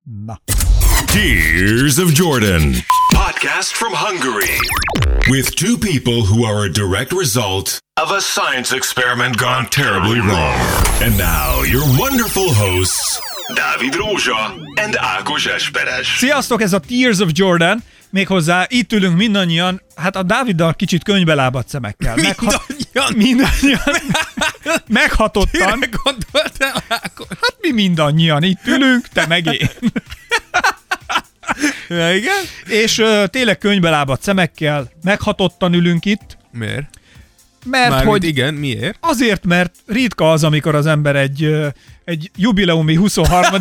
Na. Tears of Jordan. Podcast from Hungary. With two people who are a direct result of a science experiment gone terribly wrong. And now your wonderful hosts, Dávid Rózsa and Ákos Esperes. Sziasztok, ez a Tears of Jordan. Méghozzá itt ülünk mindannyian, hát a Dáviddal kicsit könyvbe lábadt szemekkel. Mindannyian. Meghatottan. Mire gondoltál, Ákos? Hát mi mindannyian itt ülünk, te meg én. Ja, igen? És tényleg könyvbe lábadt szemekkel, meghatottan ülünk itt. Miért? Mert Mármint hogy igen, miért? azért, mert ritka az, amikor az ember egy jubileumi 23.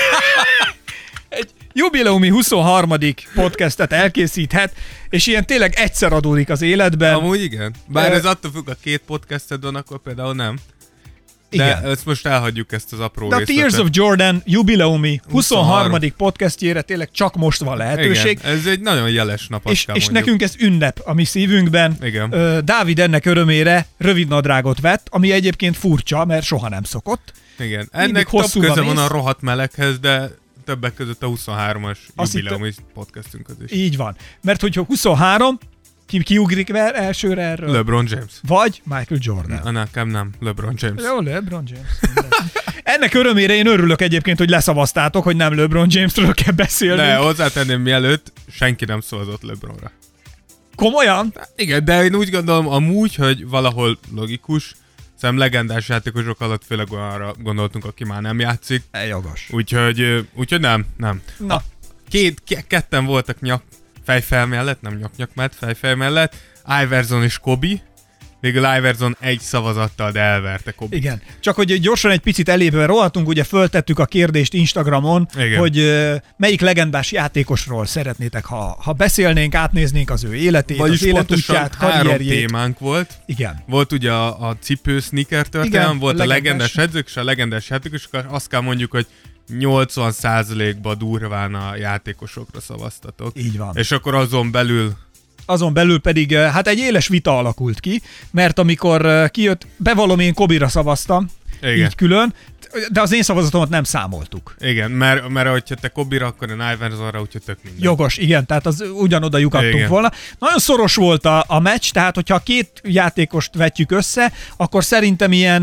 egy jubileumi 23. podcastet elkészíthet, és ilyen tényleg egyszer adódik az életben. Amúgy igen. Bár ez attól függ, a két podcasted van, akkor például nem. De Igen. ezt most elhagyjuk, ezt az apró De a részletet. Tears of Jordan jubileumi 23. podcastjére tényleg csak most van lehetőség. Igen, ez egy nagyon jeles nap, azt kell És mondjuk. nekünk ez ünnep a mi szívünkben. Igen. Dávid ennek örömére rövid nadrágot vett, ami egyébként furcsa, mert soha nem szokott. Igen. Mindig Ennek több hosszúba köze van mész. a rohadt meleghez, de többek között a 23-as Azt jubileumi podcastunkhöz is. Így van. Mert hogyha 23, kiugrik elsőre erről? LeBron James. Vagy Michael Jordan. Nekem nem, LeBron James. Jó, LeBron James. Ennek örömére én örülök egyébként, hogy leszavaztátok, hogy nem LeBron Jamesről kell beszélni. De hozzátenném mielőtt, senki nem szavazott LeBronra. Komolyan? Igen, de én úgy gondolom amúgy, hogy valahol logikus, szerintem legendás játékosok alatt főleg olyanra gondoltunk, aki már nem játszik. Jogos. Úgyhogy nem. Na. Ketten voltak fejfej mellett, nem nyak mellett, fejfej mellett, Iverson és Kobe. Végül Iverson egy szavazattal, de elverte Kobe. Igen. Csak hogy gyorsan egy picit elébe rohantunk, ugye föltettük a kérdést Instagramon, Igen. hogy melyik legendás játékosról szeretnétek, ha beszélnénk, átnéznénk az ő életét, Vagyis az életútját, pontosan 3 karrierjét. témánk volt. Igen. Volt ugye a cipő sneaker történelem, Igen, volt a legendás. legendás edzők és a legendás játékosok, azt kell mondjuk, hogy 80%-ba durván a játékosokra szavaztatok. Így van. És akkor azon belül pedig hát egy éles vita alakult ki, mert amikor kijött, bevallom, én Kobe-ra szavaztam, Igen. így külön, de az én szavazatomat nem számoltuk. Igen, mert hogyha te Kobe-ra, akkor én Iversonra, úgyhogy tök minden. Jogos, igen, tehát az ugyanoda lyukadtunk Igen. volna. Nagyon szoros volt a meccs, tehát hogyha a két játékost vetjük össze, akkor szerintem ilyen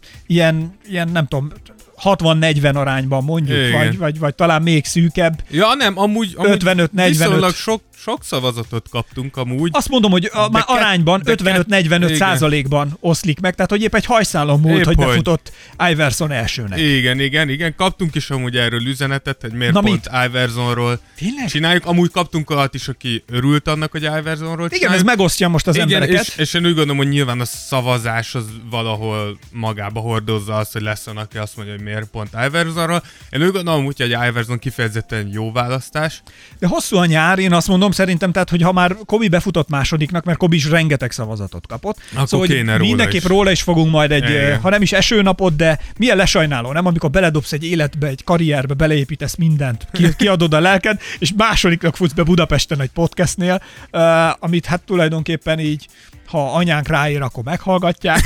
nem tudom, 60-40 arányban mondjuk, vagy talán még szűkebb. Ja, nem, amúgy 55-45. viszonylag sok szavazatot kaptunk amúgy. Azt mondom, hogy már arányban 55-45 százalékban oszlik meg, tehát hogy épp egy hajszálon múlt, hogy befutott Iverson elsőnek. Igen. Kaptunk is amúgy erről üzenetet, hogy miért Na pont Iversonról Tényleg? csináljuk. Amúgy kaptunk olyat is, aki örült annak, hogy Iversonról Igen, csináljuk. ez megosztja most az embereket. És én úgy gondolom, hogy nyilván a szavazás az valahol magába hordozza azt, hogy lesz olyan, aki azt mondja, hogy miért pont Iversonról. Én úgy gondolom, hogy Iverson kifejezetten jó választás. De hosszú a nyár, én azt mondom szerintem, tehát, hogy ha már Kobe befutott másodiknak, mert Kobe is rengeteg szavazatot kapott. Akkor szóval, kéne hogy róla mindenképp is. róla is fogunk majd Igen. ha nem is esőnapot, de milyen lesajnáló, nem? Amikor beledobsz egy életbe, egy karrierbe, beleépítesz mindent, kiadod a lelked, és másodiknak futsz be Budapesten egy podcastnél, amit hát tulajdonképpen így, ha anyánk ráér, akkor meghallgatják.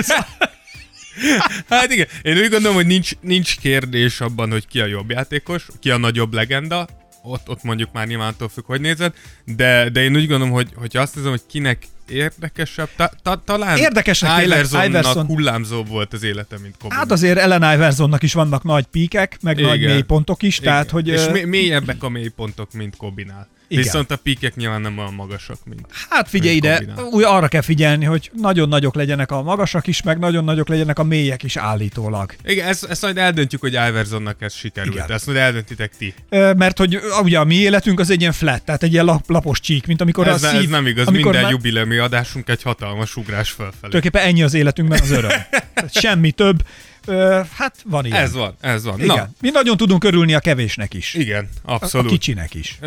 Hát igen, én úgy gondolom, hogy nincs kérdés abban, hogy ki a jobb játékos, ki a nagyobb legenda, ott mondjuk már nyilván attól függ, hogy nézed, de én úgy gondolom, hogy azt nézem, hogy kinek érdekesebb, talán Érdekesnek Iversonnak hullámzóbb volt az élete, mint Kobe. Hát azért Allen Iversonnak is vannak nagy píkek, meg nagy mélypontok is, tehát hogy... És mélyebbek a mélypontok, mint Kobe-nál. Igen. Viszont a píkek nyilván nem olyan magasak, mint Hát figyelj ide, úgy arra kell figyelni, hogy nagyon nagyok legyenek a magasak is, meg nagyon nagyok legyenek a mélyek is állítólag. Igen, ezt majd eldöntjük, hogy Iversonnak ez sikerült. Igen. Ezt majd eldöntitek ti. Mert hogy ugye a mi életünk az egy ilyen flat, tehát egy ilyen lapos csík, mint amikor Ez a szív... ez nem igaz, amikor minden jubileumi adásunk egy hatalmas ugrás fölfelé. Tulajdonképpen ennyi az életünkben az öröm. Tehát semmi több. Hát van ilyen. Ez van. Igen. Na. Mi nagyon tudunk örülni a kevésnek is. Igen, A abszolút. kicsinek is.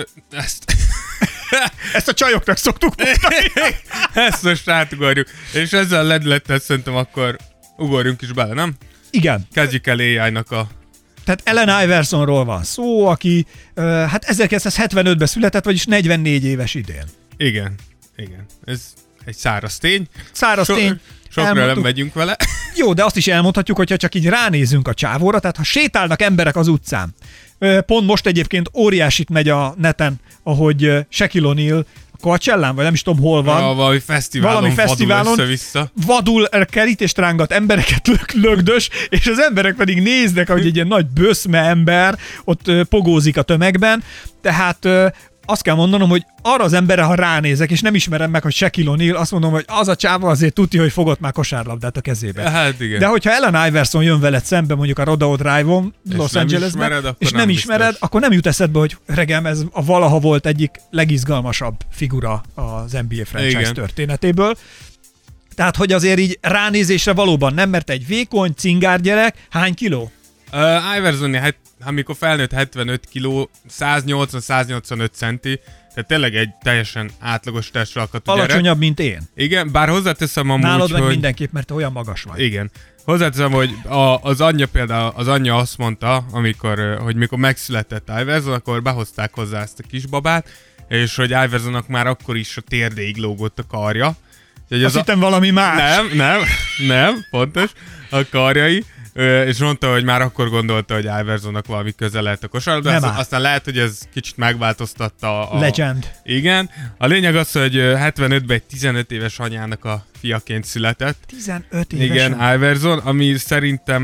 Ezt a csajoknak szoktuk mondani. Ezt most átugorjuk. És ezzel ledlettel szerintem akkor ugorjunk is bele, nem? Igen. Kezdjük el AI-nak a... Tehát Allen Iversonról van szó, aki hát 1975-ben született, vagyis 44 éves idén. Igen. Ez egy száraz tény. Száraz tény. Sokra nem megyünk vele. Jó, de azt is elmondhatjuk, hogyha csak így ránézünk a csávóra, tehát ha sétálnak emberek az utcán. Pont most egyébként óriásit megy a neten, ahogy Shaquille O'Neal Coachellán, vagy nem is tudom hol van. Valami fesztiválon vadul kerítést rángat, embereket lögdös, és az emberek pedig néznek, hogy egy ilyen nagy böszme ember ott pogózik a tömegben. Tehát azt kell mondanom, hogy arra az emberre, ha ránézek, és nem ismerem meg, hogy Shaquille O'Neal, azt mondom, hogy az a csáva azért tudja, hogy fogott már kosárlabdát a kezébe. Hát igen. De hogyha Allen Iverson jön veled szembe mondjuk a Rodeo Drive-on Los Angelesben, és nem ismered, akkor nem jut eszedbe, hogy regem, ez a valaha volt egyik legizgalmasabb figura az NBA franchise történetéből. Tehát, hogy azért így ránézésre valóban nem, mert egy vékony, cingár gyerek, hány kiló? Iverson, hát amikor felnőtt 75 kiló, 180-185 centi, tehát tényleg egy teljesen átlagos testalkatú gyerek. Alacsonyabb, mint én. Igen, bár hozzáteszem amúgy, nálad meg mindenképp, mert te olyan magas vagy. Igen. Hozzáteszem, hogy az anyja például, az anyja azt mondta, hogy mikor megszületett Iverson, akkor behozták hozzá ezt a kisbabát, és hogy Iversonnak már akkor is a térdéig lógott a karja. Azt hittem valami más. Nem, pontos, a karjai. És mondta, hogy már akkor gondolta, hogy Iversonnak valami köze lehet a kosárlabda. Aztán lehet, hogy ez kicsit megváltoztatta a... Legend. Igen. A lényeg az, hogy 75-ben egy 15 éves anyának a fiaként született. 15 évesen? Igen, Iverson, ami szerintem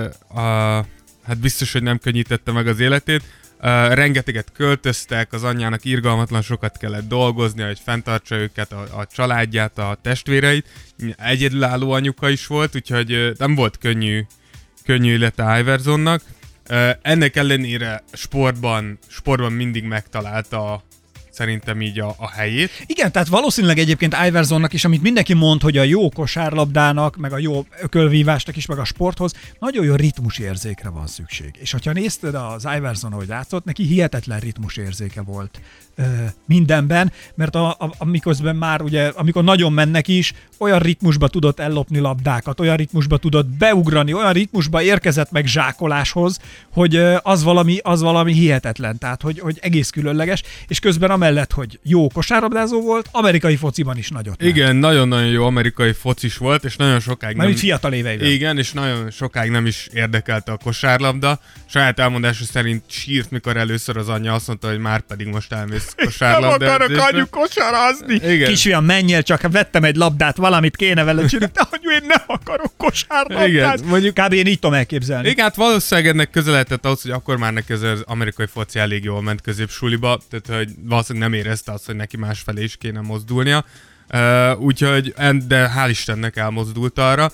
hát biztos, hogy nem könnyítette meg az életét. Rengeteget költöztek, az anyjának irgalmatlan sokat kellett dolgozni, hogy fenntartsa őket, a családját, a testvéreit. Egyedülálló anyuka is volt, úgyhogy nem volt könnyű élete Iversonnak. Ennek ellenére sportban mindig megtalálta szerintem így a helyét. Igen, tehát valószínűleg egyébként Iversonnak is, amit mindenki mond, hogy a jó kosárlabdának, meg a jó ökölvívásnak is, meg a sporthoz nagyon jó ritmusérzékre van szükség. És hogyha nézted az Iverson, ahogy játszott, neki hihetetlen ritmusérzéke volt mindenben, mert amiközben már ugye, amikor nagyon mennek is, olyan ritmusba tudott ellopni labdákat, olyan ritmusba tudott beugrani, olyan ritmusba érkezett meg zsákoláshoz, hogy az valami hihetetlen, tehát hogy egész különleges, és közben amellett, hogy jó kosárlabdázó volt, amerikai fociban is nagyot ment. Igen, nagyon-nagyon jó amerikai focis volt, és nagyon sokáig nem... fiatal éveiben. Igen, és nagyon sokáig nem is érdekelte a kosárlabda. Saját elmondása szerint sírt, mikor először az anyja azt mondta, hogy már pedig most elmész kosárlabda. Nem akarok anyu kosarazni. Kisfiam, menjél csak, vettem egy labdát, valamit kéne vele csinálni, de anyu, én nem akarok kosárlabdázni. Igen, mondjuk kb. Én így tudom elképzelni. Igen, hát valószínűleg ennek köze lehetett ahhoz, hogy akkor már neki az amerikai foci elég jól ment középsuliba, tehát hogy valószínűleg nem érezte azt, hogy neki másfelé is kéne mozdulnia. Úgyhogy, de hál' Istennek elmozdult arra.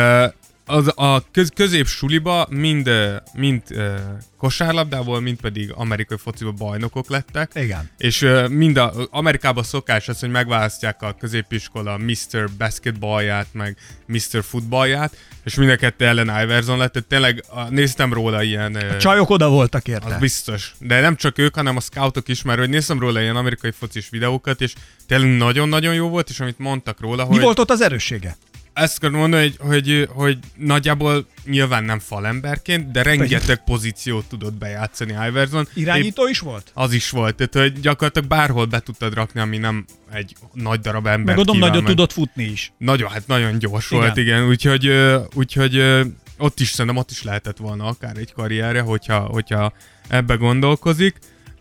A középsuliba mind kosárlabdából, mind pedig amerikai fociba bajnokok lettek. Igen. És Amerikában szokás az, hogy megválasztják a középiskola Mr. Basketballját, meg Mr. Futballját, és mind a kettő Allen Iverson lett. Tehát tényleg néztem róla ilyen... A csajok oda voltak érte. Az biztos. De nem csak ők, hanem a scoutok is, mert hogy néztem róla ilyen amerikai focis videókat, és tényleg nagyon-nagyon jó volt, és amit mondtak róla, hogy... Mi volt ott az erőssége? Ezt kell mondani, hogy nagyjából nyilván nem falemberként, de rengeteg pozíciót tudott bejátszani Iverson. Irányító is volt? Az is volt, tehát hogy gyakorlatilag bárhol be tudtad rakni, ami nem egy nagy darab ember. Megadom, nagyon tudott futni is. Nagyon gyors volt, igen. Úgyhogy ott is szerintem ott is lehetett volna akár egy karrierje, hogyha ebbe gondolkozik.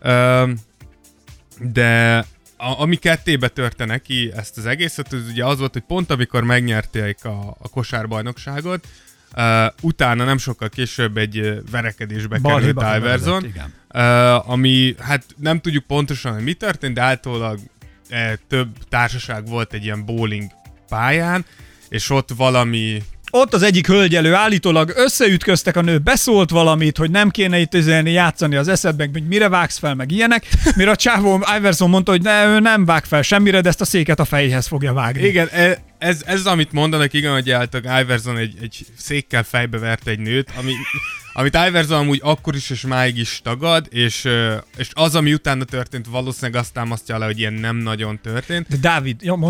De... Ami kettébe törte neki ezt az egészet, az ugye az volt, hogy pont amikor megnyerték a kosárbajnokságot, utána nem sokkal később egy verekedésbe került Iverson, ami hát nem tudjuk pontosan, hogy mi történt, de általában több társaság volt egy ilyen bowling pályán, és ott valami... Ott az egyik hölgyelő állítólag összeütköztek, a nő beszólt valamit, hogy nem kéne itt játszani az eszedben, hogy mire vágsz fel, meg ilyenek. Mire a csávó Iverson mondta, hogy ő nem vág fel semmire, de ezt a széket a fejéhez fogja vágni. Igen, ez amit mondanak, igen, hogy általában Iverson egy székkel fejbe vert egy nőt, amit Iverson amúgy akkor is és máig is tagad, és az, ami utána történt, valószínűleg azt támasztja le, hogy ilyen nem nagyon történt. De Dávid, mondd el?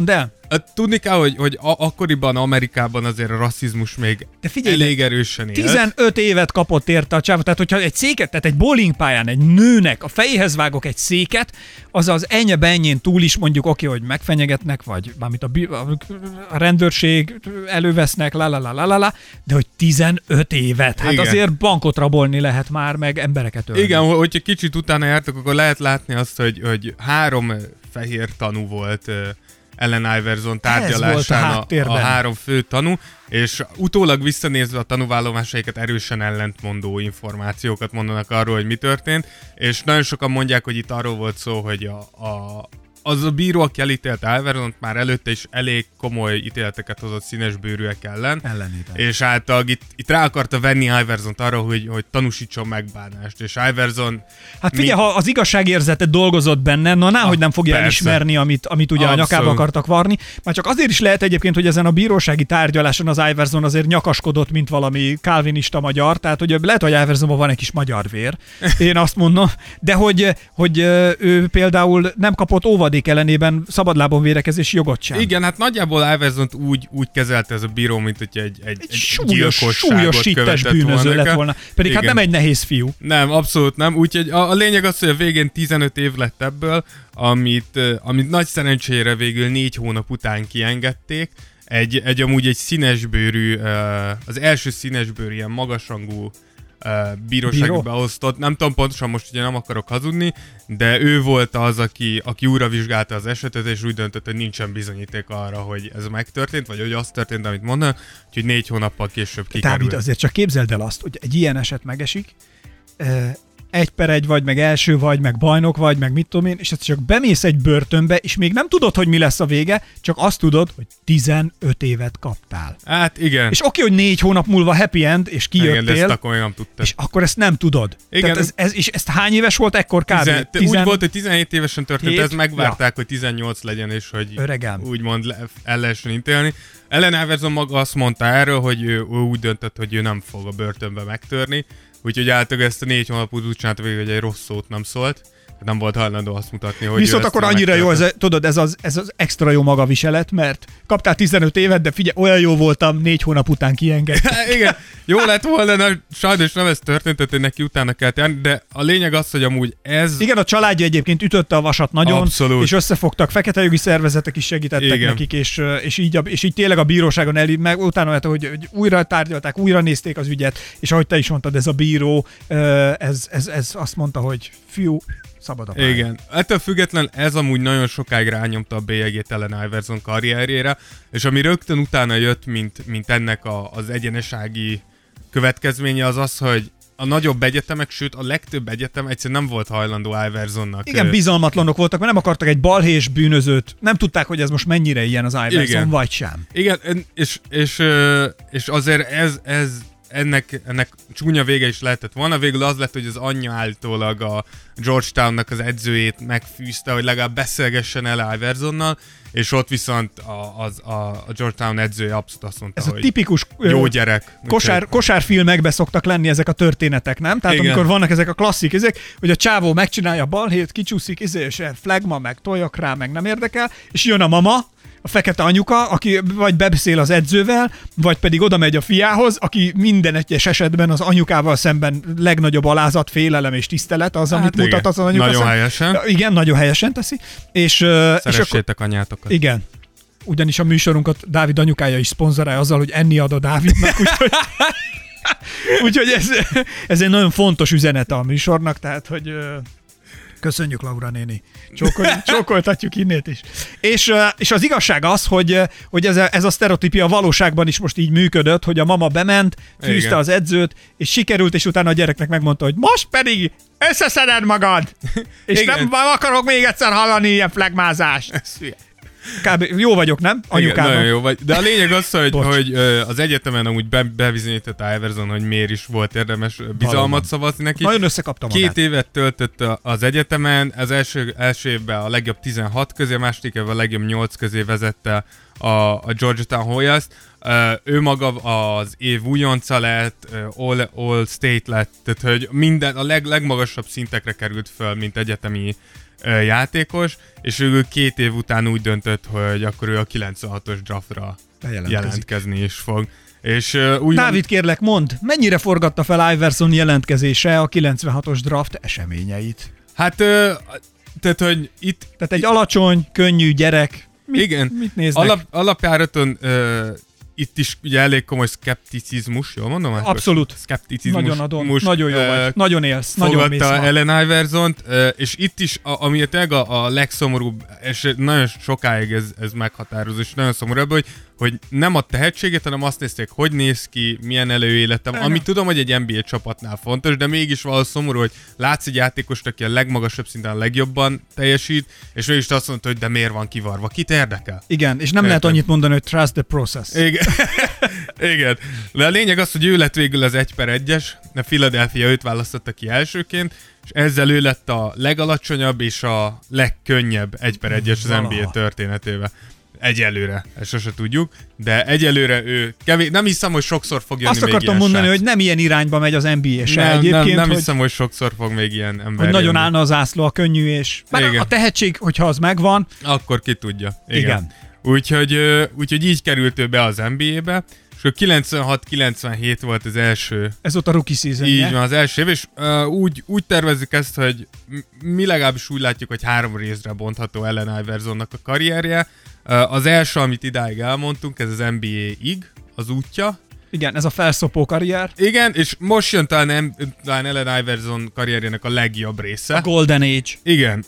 Tudni kell, hogy akkoriban Amerikában azért a rasszizmus még elég erősen élt. 15 évet kapott érte a csávó. Tehát, hogyha egy széket, tehát egy bowlingpályán egy nőnek a fejéhez vágok egy széket, az az ennyi-bennyén túl is mondjuk oké, hogy megfenyegetnek, vagy mármint a rendőrség elővesznek, de hogy 15 évet. Hát igen. Azért bankot rabolni lehet már, meg embereket ölni. Igen, hogyha kicsit utána jártak, akkor lehet látni azt, hogy 3 fehér tanú volt Allen Iverson tárgyalásán a 3 fő tanú, és utólag visszanézve a tanúvállomásaikat erősen ellentmondó információkat mondanak arról, hogy mi történt, és nagyon sokan mondják, hogy itt arról volt szó, hogy az a bíró, aki elítélt Iversont, már előtte is elég komoly ítéleteket hozott színesbőrűek ellen. És általában itt rá akarta venni Iversont arra, hogy tanúsítson megbánást. És Iverson... Hát figyelj, ha az igazságérzete dolgozott benne, hogy nem fogja elismerni, amit ugye a nyakába akartak varni. Már csak azért is lehet egyébként, hogy ezen a bírósági tárgyaláson az Iverson azért nyakaskodott, mint valami kálvinista magyar, tehát hogy lehet, hogy Iversonban van egy kis magyar vér, én azt mondom, de hogy ő például nem kapott óvadék ellenében szabadlábon védekezési jogot sem. Igen, hát nagyjából Iversont úgy kezelte ez a bíró, mint hogy egy súlyos sittes bűnöző lett volna. Pedig igen. Hát nem egy nehéz fiú. Nem, abszolút nem. Úgyhogy a lényeg az, hogy a végén 15 év lett ebből, amit nagy szerencsére végül 4 hónap után kiengedték. Amúgy egy színesbőrű, az első színesbőrű ilyen magasrangú bírósági beosztott, nem tudom pontosan, most ugye nem akarok hazudni, de ő volt az, aki újra vizsgálta az esetet, és úgy döntött, hogy nincsen bizonyíték arra, hogy ez megtörtént, vagy hogy az történt, amit mondanak, úgyhogy 4 hónappal később kikerült. Dávid, azért csak képzeld el azt, hogy egy ilyen eset megesik, 1-1 vagy, meg első vagy, meg bajnok vagy, meg mit tudom én, és csak bemész egy börtönbe, és még nem tudod, hogy mi lesz a vége, csak azt tudod, hogy 15 évet kaptál. Hát igen. És oké, hogy 4 hónap múlva happy end, és kijöttél, igen, de ezt akkor nem tudtad. És akkor ezt nem tudod. Igen. Tehát és ezt hány éves volt ekkor kb? Úgy volt, hogy 17 évesen történt, ezt megvárták, hogy 18 legyen, és hogy öregem. Úgymond el lehessen ítélni. Allen Iverson maga azt mondta erről, hogy ő úgy döntött, hogy ő nem fog a börtönbe megtörni. Úgyhogy általában ezt a 4 hónap úgy csinálta végül, hogy egy rossz szót nem szólt. Nem volt hajlandó azt mutatni, hogy viszont akkor annyira jó, ez az extra jó magaviselet, mert kaptál 15 évet, de figyelj, olyan jó voltam, 4 hónap után kiengedtek. Igen, jó lett volna, sajnos nem ez történt, tehát neki utána kell tenni, de a lényeg az, hogy amúgy ez... Igen, a családja egyébként ütötte a vasat nagyon, abszolút. És összefogtak, fekete jogi szervezetek is segítettek igen. Nekik, és így tényleg a bíróságon meg utána, hogy újra tárgyalták, újra nézték az ügyet, és ahogy te is mondtad, ez a bíró, ez azt mondta, hogy fiú, szabad a pálya. Igen. Ettől független ez amúgy nagyon sokáig rányomta a bélyegét Allen Iverson karrierjére, és ami rögtön utána jött, mint ennek az egyenesági következménye az, hogy a nagyobb egyetemek, sőt a legtöbb egyetem egyszerűen nem volt hajlandó Iversonnak. Igen, bizalmatlanok voltak, mert nem akartak egy balhés bűnözőt, nem tudták, hogy ez most mennyire ilyen az Iverson, igen. Vagy sem. Igen, és azért ennek csúnya vége is lehetett volna. Végül az lett, hogy az anyja állítólag a Georgetownnak az edzőjét megfűzte, hogy legalább beszélgessen el Iversonnal, és ott viszont a Georgetown edzője abszolút azt mondta, ez hogy a tipikus jó gyerek. Kosárfilmekben szoktak lenni ezek a történetek, nem? Tehát igen. Amikor vannak ezek a klasszik izék, hogy a csávó megcsinálja a balhét, kicsúszik, és flagma, meg toljak rá, meg nem érdekel, és jön a mama, a fekete anyuka, aki vagy bebeszél az edzővel, vagy pedig oda megy a fiához, aki minden egyes esetben az anyukával szemben legnagyobb alázat, félelem és tisztelet az, amit igen. Mutat az anyuka. Nagyon helyesen. Igen, nagyon helyesen teszi. Szeressétek anyátokat. Igen. Ugyanis a műsorunkat Dávid anyukája is szponzorálja azzal, hogy enni ad a Dávidnak, úgyhogy ez egy nagyon fontos üzenete a műsornak, tehát hogy... Köszönjük, Laura néni. Csókoltatjuk innét is. És az igazság az, hogy ez a sztereotípia valóságban is most így működött, hogy a mama bement, fűzte igen. Az edzőt, és sikerült, és utána a gyereknek megmondta, hogy most pedig összeszeded magad, és igen. Nem akarok még egyszer hallani ilyen flagmázást. Kb. Jó vagyok, nem? Anyukában. Nagyon jó vagy. De a lényeg az, hogy az egyetemen amúgy bebizonyított Iverson, hogy miért is volt érdemes bizalmat szavazni neki. Nagyon összekapta magát. 2 évet töltött az egyetemen, az első évben a legjobb 16 közé, a második évben a legjobb 8 közé vezette a Georgetown Hoyas. Ő maga az év újonca lett, all state lett, tehát hogy minden a legmagasabb szintekre került föl, mint egyetemi játékos, és ő 2 év után úgy döntött, hogy akkor ő a 96-os draftra jelentkezni is fog. És Dávid, kérlek, mondd, mennyire forgatta fel Iverson jelentkezése a 96-os draft eseményeit? Hát, tehát, hogy itt... Tehát egy alacsony, könnyű gyerek. Igen. Mit néznek? Alapjáraton itt is ugye elég komoly szkepticizmus, jól mondom? Abszolút. Szkepticizmus. Nagyon adom, nagyon jó vagy, nagyon élsz, nagyon mész. Fogadta Allen Iversont, és itt is, ami tényleg a legszomorúbb, és nagyon sokáig ez meghatározó, és nagyon szomorúbb, hogy nem a tehetséget, hanem azt nézték, hogy néz ki, milyen előéletem, amit tudom, hogy egy NBA csapatnál fontos, de mégis valahol szomorú, hogy látsz egy játékost, aki a legmagasabb szinten a legjobban teljesít, és mégis azt mondta, hogy de miért van kivarva, kit érdekel? Igen, és nem lehet annyit mondani, hogy trust the process. Igen. Igen. De a lényeg az, hogy ő lett végül az 1/1-es, de Philadelphia őt választotta ki elsőként, és ezzel ő lett a legalacsonyabb és a legkönnyebb 1/1-es az NBA történetében. Egyelőre, ezt sose tudjuk, de egyelőre ő nem hiszem, hogy sokszor fog jönni. Azt akartam mondani, hogy nem ilyen irányba megy az NBA se egyébként. Nem hiszem, hogy sokszor fog még ilyen ember hogy nagyon jönni. állna az ászló a könnyű, és a tehetség, hogyha az megvan. Akkor ki tudja. Igen. Úgyhogy így került ő be az NBA-be, és 96-97 volt az első. Ez ott a rookie season-je. Így van, az első év, és úgy tervezzük ezt, hogy mi legalábbis úgy látjuk, hogy 3 részre bontható Allen Iversonnak a karrierje. Az első, amit idáig elmondtunk, ez az NBA-ig, az útja. Igen, ez a felszopó karrier. Igen, és most jön talán Allen Iverson karrierjének a legjobb része. A Golden Age. Igen,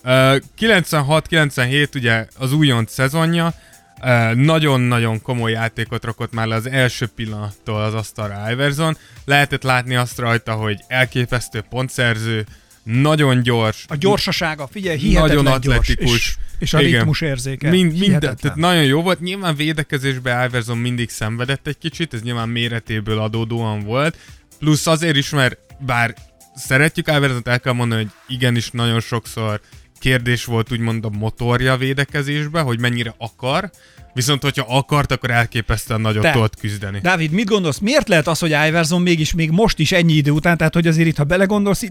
96-97 ugye az újonc szezonja, nagyon-nagyon komoly játékot rakott már le az első pillanattól az asztalra Iverson. Lehetett látni azt rajta, hogy elképesztő pontszerző, nagyon gyors. A gyorsasága, figyelj, hihetetlen nagyon atletikus. Gyors, és a ritmus érzéke. Tehát nagyon jó volt. Nyilván védekezésben Iverson mindig szenvedett egy kicsit, ez nyilván méretéből adódóan volt. Plusz azért is, mert bár szeretjük Iversont, el kell mondani, hogy igenis nagyon sokszor kérdés volt úgymond a motorja védekezésbe, hogy mennyire akar, viszont hogyha akart, akkor elképesztően nagyot tudott küzdeni. Dávid, mit gondolsz, miért lehet az, hogy Iverson mégis még most is ennyi idő után, tehát hogy azért itt, ha belegondolsz,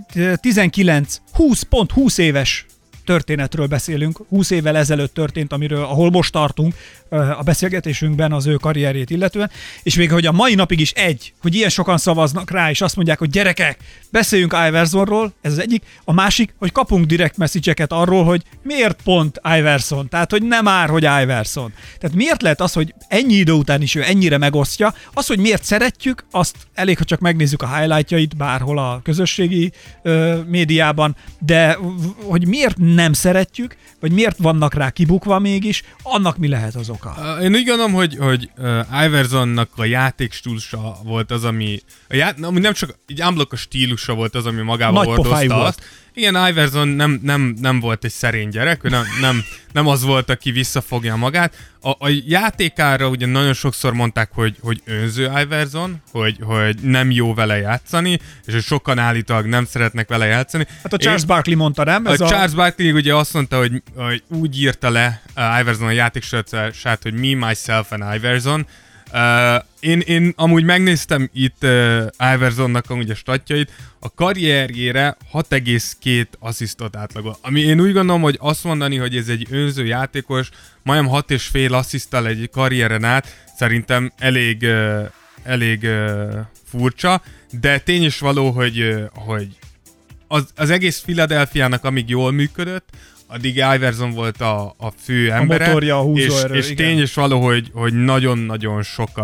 20 éves történetről beszélünk, 20 évvel ezelőtt történt, ahol most tartunk a beszélgetésünkben az ő karrierjét illetően, és még hogy a mai napig is hogy ilyen sokan szavaznak rá, és azt mondják, hogy gyerekek, beszéljünk Iversonról, ez az egyik, a másik, hogy kapunk direct message-eket arról, hogy miért pont Iverson, tehát hogy nem ár, hogy Iverson. Tehát miért lehet az, hogy ennyi idő után is ő ennyire megosztja, az, hogy miért szeretjük, azt elég, ha csak megnézzük a highlightjait bárhol a közösségi médiában, de hogy miért nem szeretjük, vagy miért vannak rá kibukva mégis, annak mi lehet az oka? Én úgy gondolom, hogy Iversonnak a játékstílusa volt az, ami nem csak egy unblock a stílusa volt az, ami magával hordozta azt. Igen, Iverson nem volt egy szerény gyerek, ő nem az volt, aki visszafogja magát. A játékára ugye nagyon sokszor mondták, hogy önző Iverson, hogy nem jó vele játszani, és hogy sokan állítólag nem szeretnek vele játszani. Hát a Charles Barkley mondta, nem? Charles Barkley ugye azt mondta, hogy úgy írta le Iverson a játékstílusát, hogy me, myself and Iverson. Én amúgy megnéztem itt Iversonnak amúgy a statjait, a karrierjére 6,2 asszisztot átlagol. Ami én úgy gondolom, hogy azt mondani, hogy ez egy önző játékos, majdnem 6,5 assziszttal egy karrieren át, szerintem elég furcsa, de tény is való, hogy az egész Philadelphiának amíg jól működött, addig Iverson volt a fő embere, a motorja, a húzóerő, és tény is való, hogy nagyon-nagyon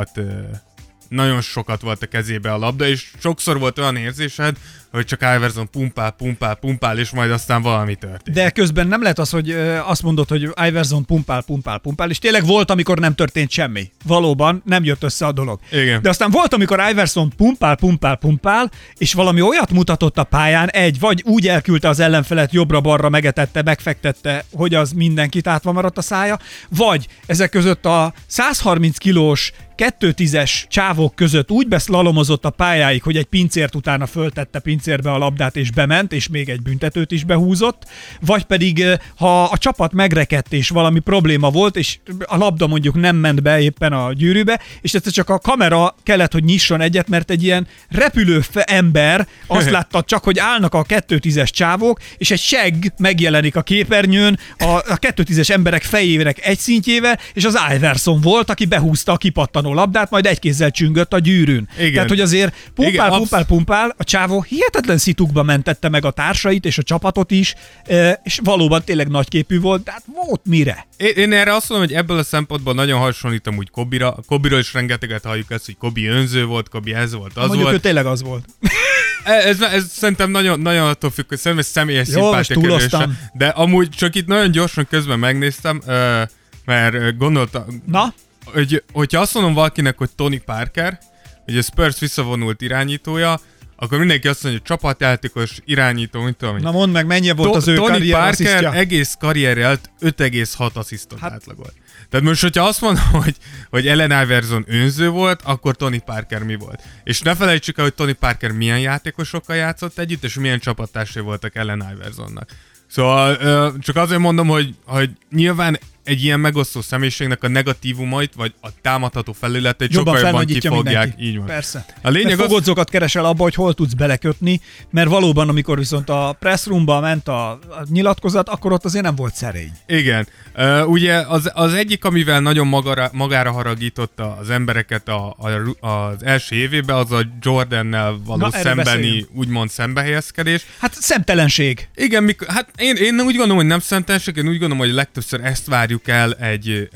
sokat volt a kezébe a labda, és sokszor volt olyan érzésed, hogy csak Iverson pumpál, és majd aztán valami történt. De közben nem lehet az, hogy azt mondod, hogy Iverson pumpál, és tényleg volt, amikor nem történt semmi. Valóban nem jött össze a dolog. Igen. De aztán volt, amikor Iverson pumpál, és valami olyat mutatott a pályán, vagy úgy elküldte az ellenfelet jobbra-balra, megetette, megfektette, hogy az mindenkit átva maradt a szája, vagy ezek között a 130 kilós 2-10-es csávok között úgy beszlalomozott a pályáig, hogy egy pincért utána föltette pincérbe a labdát és bement, és még egy büntetőt is behúzott, vagy pedig ha a csapat megrekedt és valami probléma volt, és a labda mondjuk nem ment be éppen a gyűrűbe, és egyszer csak a kamera kellett, hogy nyisson egyet, mert egy ilyen repülő ember azt látta csak, hogy állnak a 2-10-es csávók, és egy segg megjelenik a képernyőn a 2-10-es emberek fejének egy szintjével, és az Iverson volt, aki behúzta a kipattanó labdát, majd egy kézzel csüngött a gyűrűn. Igen. Tehát, hogy azért pumpál, a csávó hihetetlen szitukba mentette meg a társait, és a csapatot is, és valóban tényleg nagyképű volt, de hát volt mire. Én erre azt mondom, hogy ebből a szempontból nagyon hasonlítom úgy Kobira. Kobiról is rengeteget halljuk ezt, hogy Kobi önző volt, Kobi ez volt, az Mondjuk volt. ő tényleg az volt. Ez szerintem nagyon attól függ, hogy szerintem személyes szimpátia kérdése. De amúgy csak itt nagyon gyorsan közben megnéztem, mert gondoltam, hogyha azt mondom valakinek, hogy Tony Parker, hogy a Spurs visszavonult irányítója, akkor mindenki azt mondja, hogy csapatjátékos, irányító, mint tudom. Na mondd meg, mennyi volt az ő Tony karrier Parker asszisztja? egész karrierje 5,6 asszisztot átlagolt. Tehát most, hogyha azt mondom, hogy Allen Iverson önző volt, akkor Tony Parker mi volt? És ne felejtsük el, hogy Tony Parker milyen játékosokkal játszott együtt, és milyen csapattársai voltak Allen Iversonnak. Szóval csak azért mondom, hogy nyilván egy ilyen megosztó személyiségnek a negatívumait, vagy a támadható felületeit sokkal jobban kifogják. Így van. Persze. A lényeg fogodzókat keresel abba, hogy hol tudsz belekötni, mert valóban, amikor viszont a pressroomba ment a nyilatkozat, akkor ott azért nem volt szerény. Igen. Ugye az egyik, amivel nagyon magára haragította az embereket az első évében, az a Jordannel való szembeni, úgymond szembehelyezkedés. Hát szemtelenség. Igen, hát én úgy gondolom, hogy nem szemtelenség, én úgy gondolom, hogy legtöbbször ezt várjuk el egy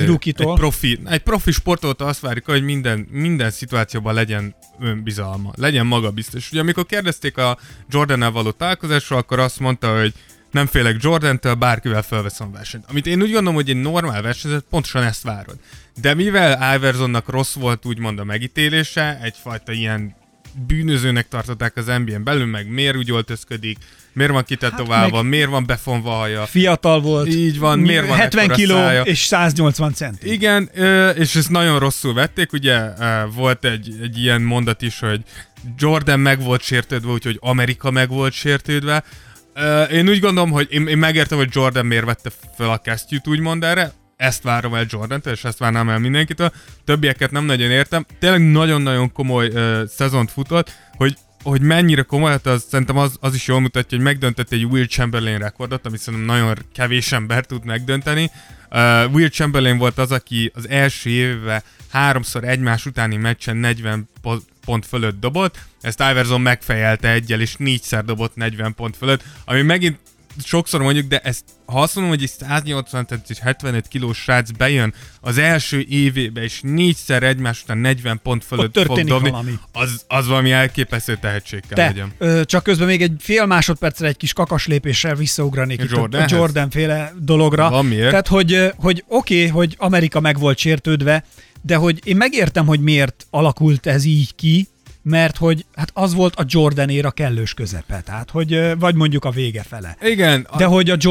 profi sportolótól, azt várjuk, hogy minden szituációban legyen önbizalma, legyen magabiztos. Ugye amikor kérdezték a Jordannel való találkozásról, akkor azt mondta, hogy nem félek Jordantől, bárkivel felveszem a versenyt. Amit én úgy gondolom, hogy egy normál versenyzet pontosan ezt várod. De mivel Iversonnak rossz volt úgymond a megítélése, egyfajta ilyen bűnözőnek tartották az NBA-n belül, meg miért úgy öltözködik, miért van kitetoválva, miért van befonva a haja. Fiatal volt. Így van, miért van 70 kiló szája. és 180 centi. Igen, és ezt nagyon rosszul vették, ugye volt egy ilyen mondat is, hogy Jordan meg volt sértődve, úgyhogy Amerika meg volt sértődve. Én úgy gondolom, hogy én megértem, hogy Jordan miért vette fel a kesztyűt úgymond erre. Ezt várom el Jordantől, és ezt várnám el mindenkitől. Többieket nem nagyon értem. Tényleg nagyon-nagyon komoly szezont futott, hogy mennyire komoly, hát szerintem az is jól mutatja, hogy megdöntött egy Will Chamberlain rekordot, amit szerintem nagyon kevés ember tud megdönteni. Will Chamberlain volt az, aki az első évben 3-szor egymás utáni meccsen 40 pont fölött dobott, ezt Iverson megfejelte egyel, és 4-szer dobott 40 pont fölött, ami megint sokszor mondjuk, de ezt, ha azt mondom, hogy egy 180 és 75 kilós srác bejön az első évébe, és 4-szer egymás után 40 pont fölött fog dobni, valami. Az valami elképesztő tehetség kell legyen. Csak közben még egy fél másodpercre egy kis kakaslépéssel visszaugranék itt a Jordan-féle dologra. Van miért? Tehát, hogy oké, hogy Amerika meg volt sértődve, de hogy én megértem, hogy miért alakult ez így ki, mert hogy hát az volt a Jordan éra kellős közepe, tehát hogy vagy mondjuk a vége fele. Igen. De hogy a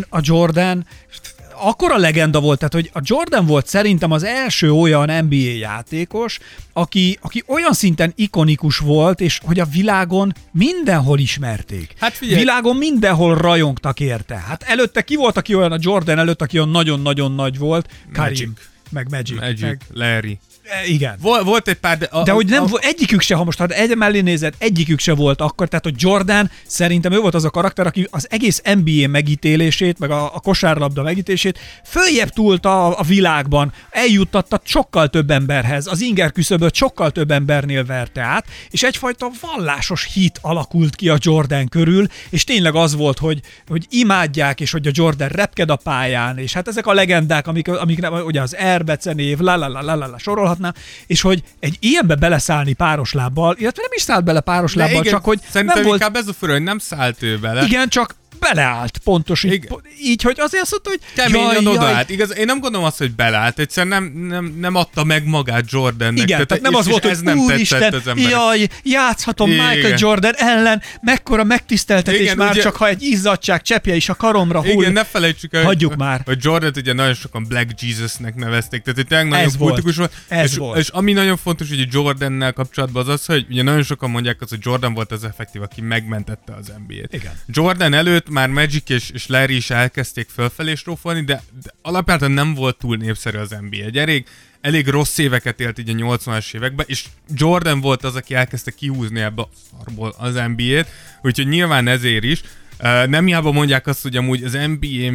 Jordan akkora legenda volt, tehát hogy a Jordan volt szerintem az első olyan NBA játékos, aki olyan szinten ikonikus volt, és hogy a világon mindenhol ismerték. Hát figyelj. Világon mindenhol rajongtak érte. Hát előtte ki volt, aki olyan a Jordan előtt, aki olyan nagyon-nagyon nagy volt? Karim, meg Magic. Larry. Igen. Volt egy pár, de hogy nem egyikük se, ha most egy mellé nézed, egyikük se volt akkor, tehát hogy Jordan szerintem ő volt az a karakter, aki az egész NBA megítélését, meg a kosárlabda megítélését följebb túlta a világban, eljuttatta sokkal több emberhez, az inger küszöböt sokkal több embernél verte át, és egyfajta vallásos hit alakult ki a Jordan körül, és tényleg az volt, hogy imádják, és hogy a Jordan repked a pályán, és hát ezek a legendák, amik ugye az erbecenév, sorolhatnám, és hogy egy ilyenbe beleszállni páros lábbal, illetve nem is szállt bele páros lábbal, csak hogy szerintem nem volt... inkább ez a fura, hogy nem szállt ő bele. Igen, csak beleállt pontos, így, hogy azért azt mondta, hogy keményen odaállt. Igaz, én nem gondolom azt, hogy beleállt, egyszerűen nem adta meg magát Jordannek. Igen, tehát nem az volt, hogy úristen, jaj, játszhatom Michael Jordan ellen, mekkora megtiszteltetés igen, már ugye, csak ha egy izzadság cseppje is a karomra hull. Igen, ne felejtsük el, hagyjuk már. Hogy Jordan ugye nagyon sokan Black Jesusnek nevezték, tehát tényleg nagyon kultikus volt. És ami nagyon fontos, hogy Jordannel kapcsolatban az, hogy ugye nagyon sokan mondják azt, hogy Jordan volt az effektív, aki megmentette az NBA-t. Igen. Jordan előtt már Magic és Larry is elkezdték fölfelé strófolni, de alapjában nem volt túl népszerű az NBA. Egy elég rossz éveket élt így a 80-as években, és Jordan volt az, aki elkezdte kihúzni ebbe a szarból az NBA-t, úgyhogy nyilván ezért is. Nem hiába mondják azt, hogy amúgy az NBA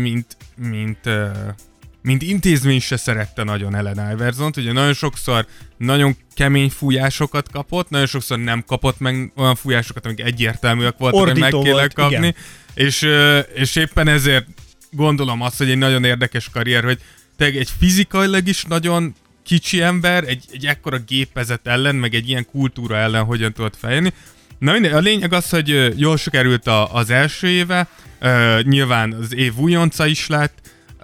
mint intézmény se szerette nagyon Allen Iversont, ugye nagyon sokszor nagyon kemény fújásokat kapott, nagyon sokszor nem kapott meg olyan fújásokat, amik egyértelműek voltak, hogy meg kéne kapni, és éppen ezért gondolom azt, hogy egy nagyon érdekes karrier, hogy egy fizikailag is nagyon kicsi ember, egy ekkora gépezet ellen, meg egy ilyen kultúra ellen hogyan tudott feljönni. Na mindegy, a lényeg az, hogy jól sikerült az első éve, nyilván az év újonca is lett,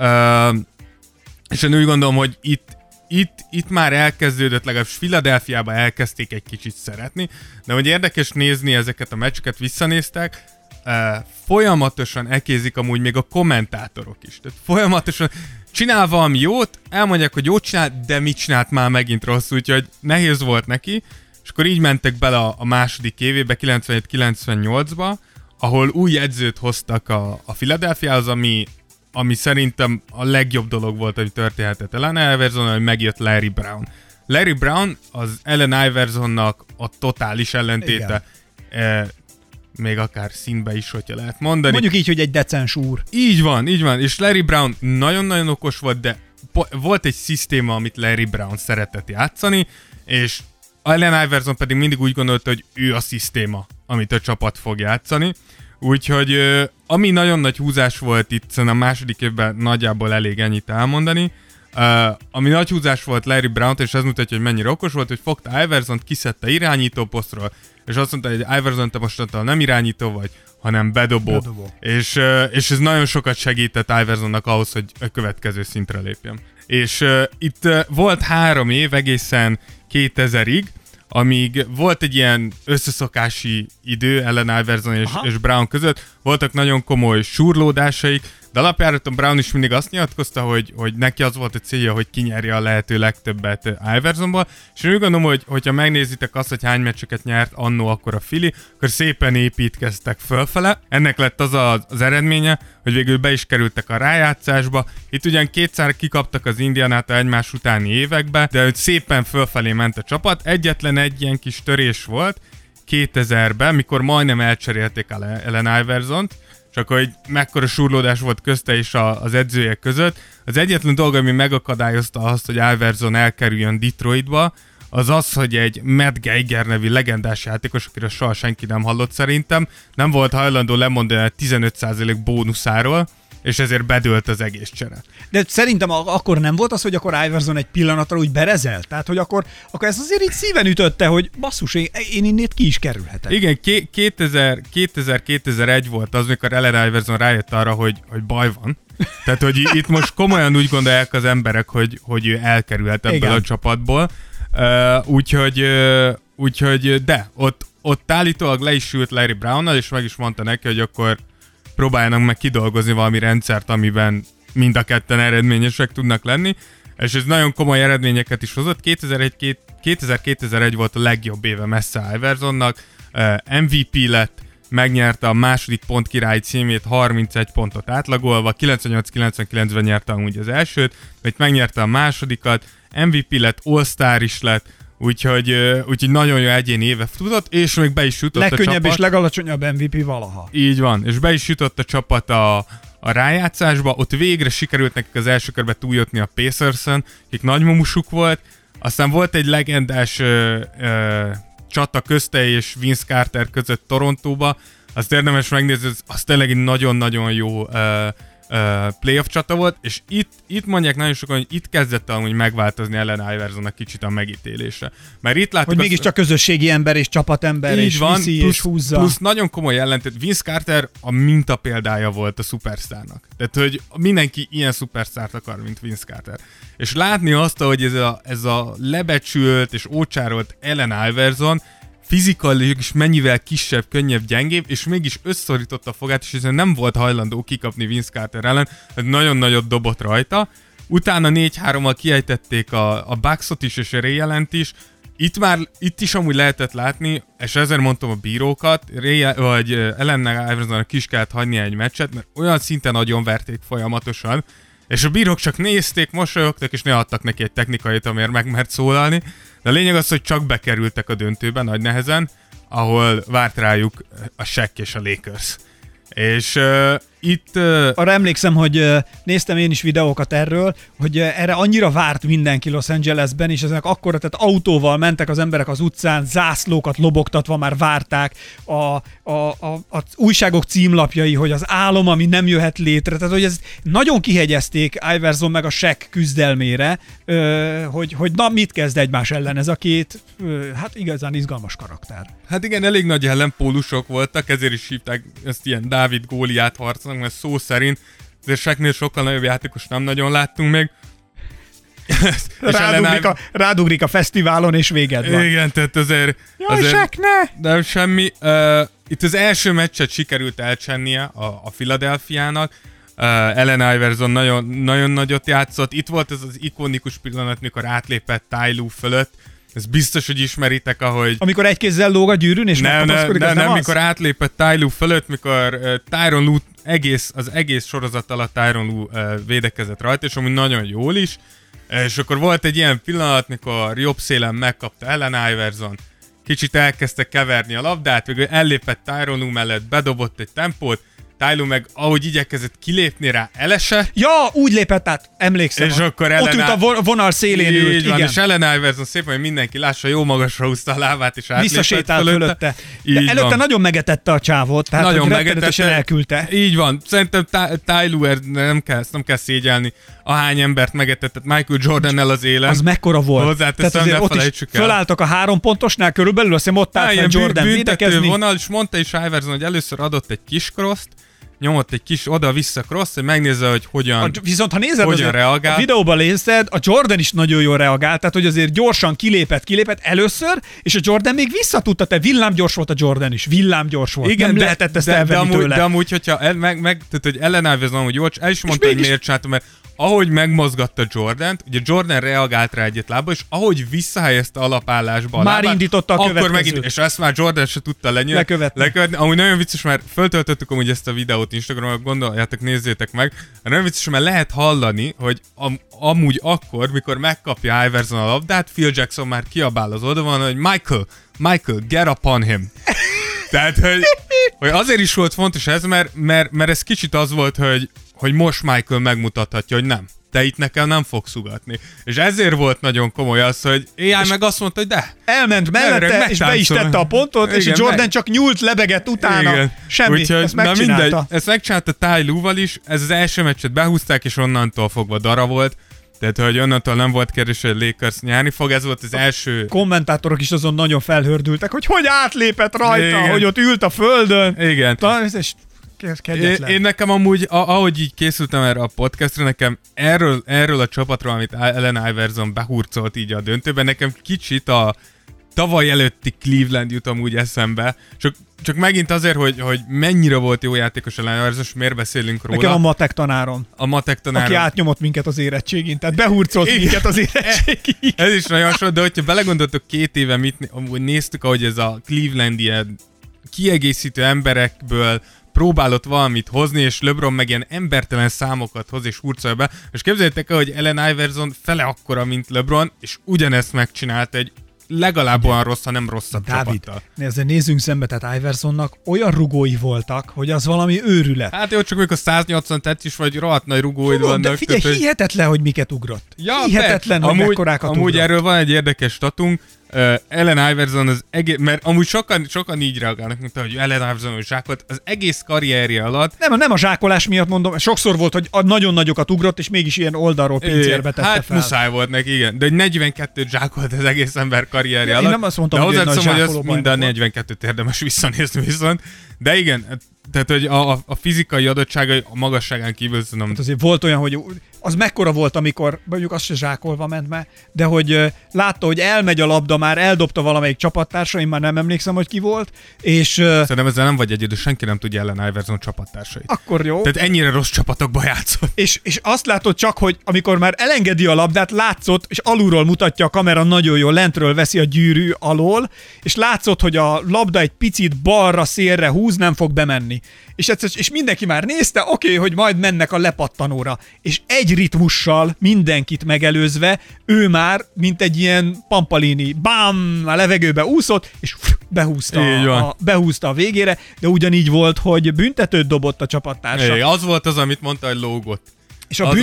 és én úgy gondolom, hogy itt már elkezdődött, legalábbis Philadelphiában elkezdték egy kicsit szeretni, de hogy érdekes nézni ezeket a meccseket, visszanéztek, folyamatosan ekézik amúgy még a kommentátorok is. Tehát folyamatosan csinál valami jót, elmondják, hogy jót csinál, de mit csinált már megint rosszul, úgyhogy nehéz volt neki, és akkor így mentek bele a második évébe, 97-98-ba, ahol új edzőt hoztak a Philadelphiához, ami szerintem a legjobb dolog volt, ami történhetett Allen Iversonnal, hogy megjött Larry Brown. Larry Brown az Allen Iversonnak a totális ellentéte, még akár színbe is, hogyha lehet mondani. Mondjuk így, hogy egy decens úr. Így van, és Larry Brown nagyon-nagyon okos volt, de volt egy szisztéma, amit Larry Brown szeretett játszani, és Allen Iverson pedig mindig úgy gondolta, hogy ő a szisztéma, amit a csapat fog játszani. Úgyhogy ami nagyon nagy húzás volt itt, szerintem a második évben nagyjából elég ennyit elmondani. Ami nagy húzás volt Larry Brown, és ez mutatja, hogy mennyire okos volt, hogy fogta Iversont, kiszedte irányító posztról, és azt mondta, hogy Iverson, te mostantól nem irányító vagy, hanem bedobó. És ez nagyon sokat segített Iversonnak ahhoz, hogy a következő szintre lépjen. És itt volt 3 év egészen 2000-ig, amíg volt egy ilyen összeszokási idő Allen Iverson és Brown között, voltak nagyon komoly súrlódásaik, de alapjáraton Brown is mindig azt nyilatkozta, hogy neki az volt a célja, hogy kinyerje a lehető legtöbbet Iversonból, és úgy gondolom, hogyha megnézitek azt, hogy hány meccseket nyert annó akkor a Philly, akkor szépen építkeztek fölfele. Ennek lett az eredménye, hogy végül be is kerültek a rájátszásba. Itt ugyan 2-szer kikaptak az Indianától egymás utáni évekbe, de szépen fölfelé ment a csapat. Egyetlen egy ilyen kis törés volt 2000-ben, mikor majdnem elcserélték Allen Iversont, csak hogy mekkora súrlódás volt közte és az edzőjek között. Az egyetlen dolog, ami megakadályozta azt, hogy Iverson elkerüljön Detroitba, az, hogy egy Matt Geiger nevű legendás játékos, akiről soha senki nem hallott szerintem, nem volt hajlandó lemondani a 15% bónuszáról, és ezért bedőlt az egész csere. De szerintem akkor nem volt az, hogy akkor Iverson egy pillanatra úgy berezelt? Tehát, hogy akkor ez azért így szíven ütötte, hogy basszus, én innét ki is kerülhetek. Igen, 2000-2001 volt az, mikor Allen Iverson rájött arra, hogy baj van. Tehát, hogy itt most komolyan úgy gondolják az emberek, hogy ő elkerülhet ebből a csapatból. Úgyhogy de, ott állítólag le is sült Larry Brownnal, és meg is mondta neki, hogy akkor próbáljanak meg kidolgozni valami rendszert, amiben mind a ketten eredményesek tudnak lenni, és ez nagyon komoly eredményeket is hozott. 2000-2001 volt a legjobb éve messze Iversonnak, MVP lett, megnyerte a második pont király címét 31 pontot átlagolva, 98-99-ben nyerte amúgy az elsőt, vagy megnyerte a másodikat, MVP lett, All-Star is lett, úgyhogy nagyon jó egyéni éve tudott, és még be is jutott legkönnyebb a csapat. És legalacsonyabb MVP valaha. Így van, és be is jutott a csapat a rájátszásba, ott végre sikerült nekik az első körbe túljutni a Pacers-en, akik nagymamusuk volt, aztán volt egy legendás csata közte és Vince Carter között Torontóba, azt érdemes megnézni, az tényleg egy nagyon-nagyon jó playoff csata volt, és itt mondják nagyon sokan, hogy itt kezdett amúgy megváltozni Allen Iversonnak kicsit a megítélése. Mert itt láttuk, hogy mégiscsak közösségi ember és csapatember, és van, viszi és húzza. Plusz nagyon komoly ellentét. Vince Carter a minta példája volt a szupersztárnak. Tehát, hogy mindenki ilyen szupersztárt akar, mint Vince Carter. És látni azt, hogy ez a lebecsült és ócsárolt Allen Iverson fizikailag is mennyivel kisebb, könnyebb, gyengébb, és mégis összeszorította a fogát, és ezért nem volt hajlandó kikapni Vince Carter ellen, tehát nagyon nagyot dobott rajta. Utána 4-3-mal kiejtették a Bucksot is, és a Ray Allent is. Itt is amúgy lehetett látni, és ezért mondtam a bírókat, vagy Allen Iversonnak ki is kellett hagyni egy meccset, mert olyan szinten nagyon verték folyamatosan, és a bírók csak nézték, mosolyogtak, és ne adtak neki egy technikait, amiért meg mert szólalni. De a lényeg az, hogy csak bekerültek a döntőben nagy nehezen, ahol várt rájuk a Shaq és a Lakers. És itt... Arra emlékszem, hogy néztem én is videókat erről, hogy erre annyira várt mindenki Los Angelesben, és ezek akkora, tehát autóval mentek az emberek az utcán, zászlókat lobogtatva már várták, az újságok címlapjai, hogy az álom, ami nem jöhet létre, tehát hogy ez nagyon kihegyezték Iverson meg a Shaq küzdelmére, hogy na mit kezd egymás ellen ez a két, hát igazán izgalmas karakter. Hát igen, elég nagy ellenpólusok voltak, ezért is hívták ezt ilyen Dávid Góliát harcnak, mert szó szerint azért Shaqnél sokkal nagyobb játékos nem nagyon láttunk még. Rádugrik a fesztiválon, és véged van. Igen, tehát azért... Jaj, Shaq, ne! De semmi. Itt az első meccset sikerült elcsennie a Philadelphiának. Allen Iverson nagyon nagyot játszott. Itt volt ez az ikonikus pillanat, mikor átlépett Ty Lue fölött. Ez biztos, hogy ismeritek, ahogy... Amikor egy kézzel lóg a gyűrűn, és megkapaszkodik, az nem az? Mikor átlépett Ty Lue fölött, mikor Tyronn Lue az egész sorozat alatt Tyronn Lue védekezett rajta, és amúgy nagyon jól is. És akkor volt egy ilyen pillanat, mikor jobb szélen megkapta Allen Iverson, kicsit elkezdte keverni a labdát, végül ellépett Tyronn Lue mellett, bedobott egy tempót, Ty Lue meg, ahogy igyekezett kilépni rá, elesett. Ja, úgy lépett át, emlékszem. És akkor ott ült a vonal szélén ült, van, igen. És Allen Iverson szépen, hogy mindenki lássa, jó magasra húzta a lábát, és átlépett visszasétált fölötte. De előtte van. nagyon megetette a csávot, tehát nagyon rettenetesen elküldte. Így van. Szerintem Ty Lue nem kell szégyelni, ahány embert megetetett Michael Jordannel az élen. Az mekkora volt. Hozzáteszem, ne felejtsük el. Fölálltak a 3 pontosnál körülbelül, azt hiszem ott állt fel Jordan védekezni. Vonal, és mondta is Iverson, hogy először adott egy kis crosst, nyomott egy kis oda-vissza crossz, hogy megnézze, hogy viszont ha nézed, hogyan reagál. A videóban nézed, a Jordan is nagyon jól reagált, tehát hogy azért gyorsan kilépett először, és a Jordan még visszatudta, te villámgyors volt a Jordan is, villámgyors volt. Igen, nem lehetett ezt elvenni tőle. De amúgy, hogyha tehát, hogy Allen Iverson amúgy jól, el is mondta, hogy miért csinálta, mert ahogy megmozgatta Jordant, ugye Jordan reagált rá egyet lába, és ahogy visszahelyezte alapállásba a lábát, indította a következőt. Megint, és ezt már Jordan se tudta lekövetni. Amúgy nagyon vicces, mert föltöltöttük amúgy ezt a videót Instagramon, gondoljátok, nézzétek meg. Nagyon vicces, mert lehet hallani, hogy amúgy akkor, mikor megkapja Iverson a labdát, Phil Jackson már kiabál az oldalon, hogy Michael, get upon him. Tehát, hogy azért is volt fontos ez, mert ez kicsit az volt, hogy most Michael megmutathatja, hogy nem. Te itt nekem nem fogsz ugatni. És ezért volt nagyon komoly az, hogy AI meg azt mondta, hogy de. Elment mellette, és be is tette a pontot, igen, és a Jordan csak nyúlt, lebegett utána. Igen. Semmi, úgyhogy, ezt megcsinálta. Mindegy, ezt megcsinálta Ty Lue-val is, ez az első meccset behúzták, és onnantól fogva dara volt. Tehát, hogy onnantól nem volt kérdés, hogy a Lakers nyerni fog, ez volt az első... Kommentátorok is azon nagyon felhördültek, hogy átlépett rajta, igen. Hogy ott ült a földön. Igen. Én nekem amúgy, ahogy így készültem erre a podcastra, nekem erről a csapatról, amit Allen Iverson behurcolt így a döntőben, nekem kicsit a tavaly előtti Cleveland jut amúgy eszembe. Csak megint azért, hogy mennyire volt jó játékos Allen Iverson, és miért beszélünk róla. Nekem a matek tanárom. Aki átnyomott minket az érettségén, tehát behurcolt minket az érettségén. Ez is nagyon sok, de hogyha belegondoltok 2 éve amúgy néztük, ahogy ez a Cleveland ilyen kiegészítő emberekből próbálott valamit hozni, és LeBron meg ilyen embertelen számokat hoz, és hurcolja be. És képzeljétek el, hogy Allen Iverson fele akkora, mint LeBron, és ugyanezt megcsinálta egy legalább olyan rossz, ha nem rosszabb csapattal. Ezzel nézzünk szembe, tehát Iversonnak olyan rugói voltak, hogy az valami őrület. Hát jó, csak amikor 180 tett is, vagy rohadt nagy rugóid vannak. De figyelj, hihetetlen, hogy miket ugrott. Ja, hihetetlen, hogy mekkorákat ugrott. Amúgy erről van egy érdekes statunk. Allen Iverson az egész, mert amúgy sokan így reagálnak, mint hogy Allen Iverson zsákolt, az egész karrierje alatt. Nem a zsákolás miatt mondom, sokszor volt, hogy nagyon nagyokat ugrott, és mégis ilyen oldalról pincérbe tette hát fel. Muszáj volt neki, igen. De 42-t zsákolt az egész ember karrierje alatt. Én nem azt mondtam, de hogy egy nagy hogy az zsákoló mind a 42-t érdemes visszanézni viszont. De igen, tehát hogy a fizikai adottságai a magasságán kívül tudom. Hát azért volt olyan, hogy az mekkora volt, amikor mondjuk az se zsákolva ment be, de hogy látta, hogy elmegy a labda, már eldobta valamelyik csapattársa, én már nem emlékszem, hogy ki volt, és... Szerintem ezzel nem vagy egyedül, senki nem tudja Allen Iverson csapattársait. Akkor jó. Tehát ennyire rossz csapatokba játszott. És azt látod csak, hogy amikor már elengedi a labdát, látszott, és alulról mutatja a kamera nagyon jól, lentről veszi a gyűrű alól, és látszott, hogy a labda egy picit balra, szélre húz, nem fog bemenni. És mindenki már nézte, oké, hogy majd mennek a lepattanóra. És egy ritmussal mindenkit megelőzve, mint egy ilyen Pampalini, bám, a levegőbe úszott, és behúzta a végére, de ugyanígy volt, hogy büntetőt dobott a csapattársa. Az volt az, amit mondta, hogy lógott. És a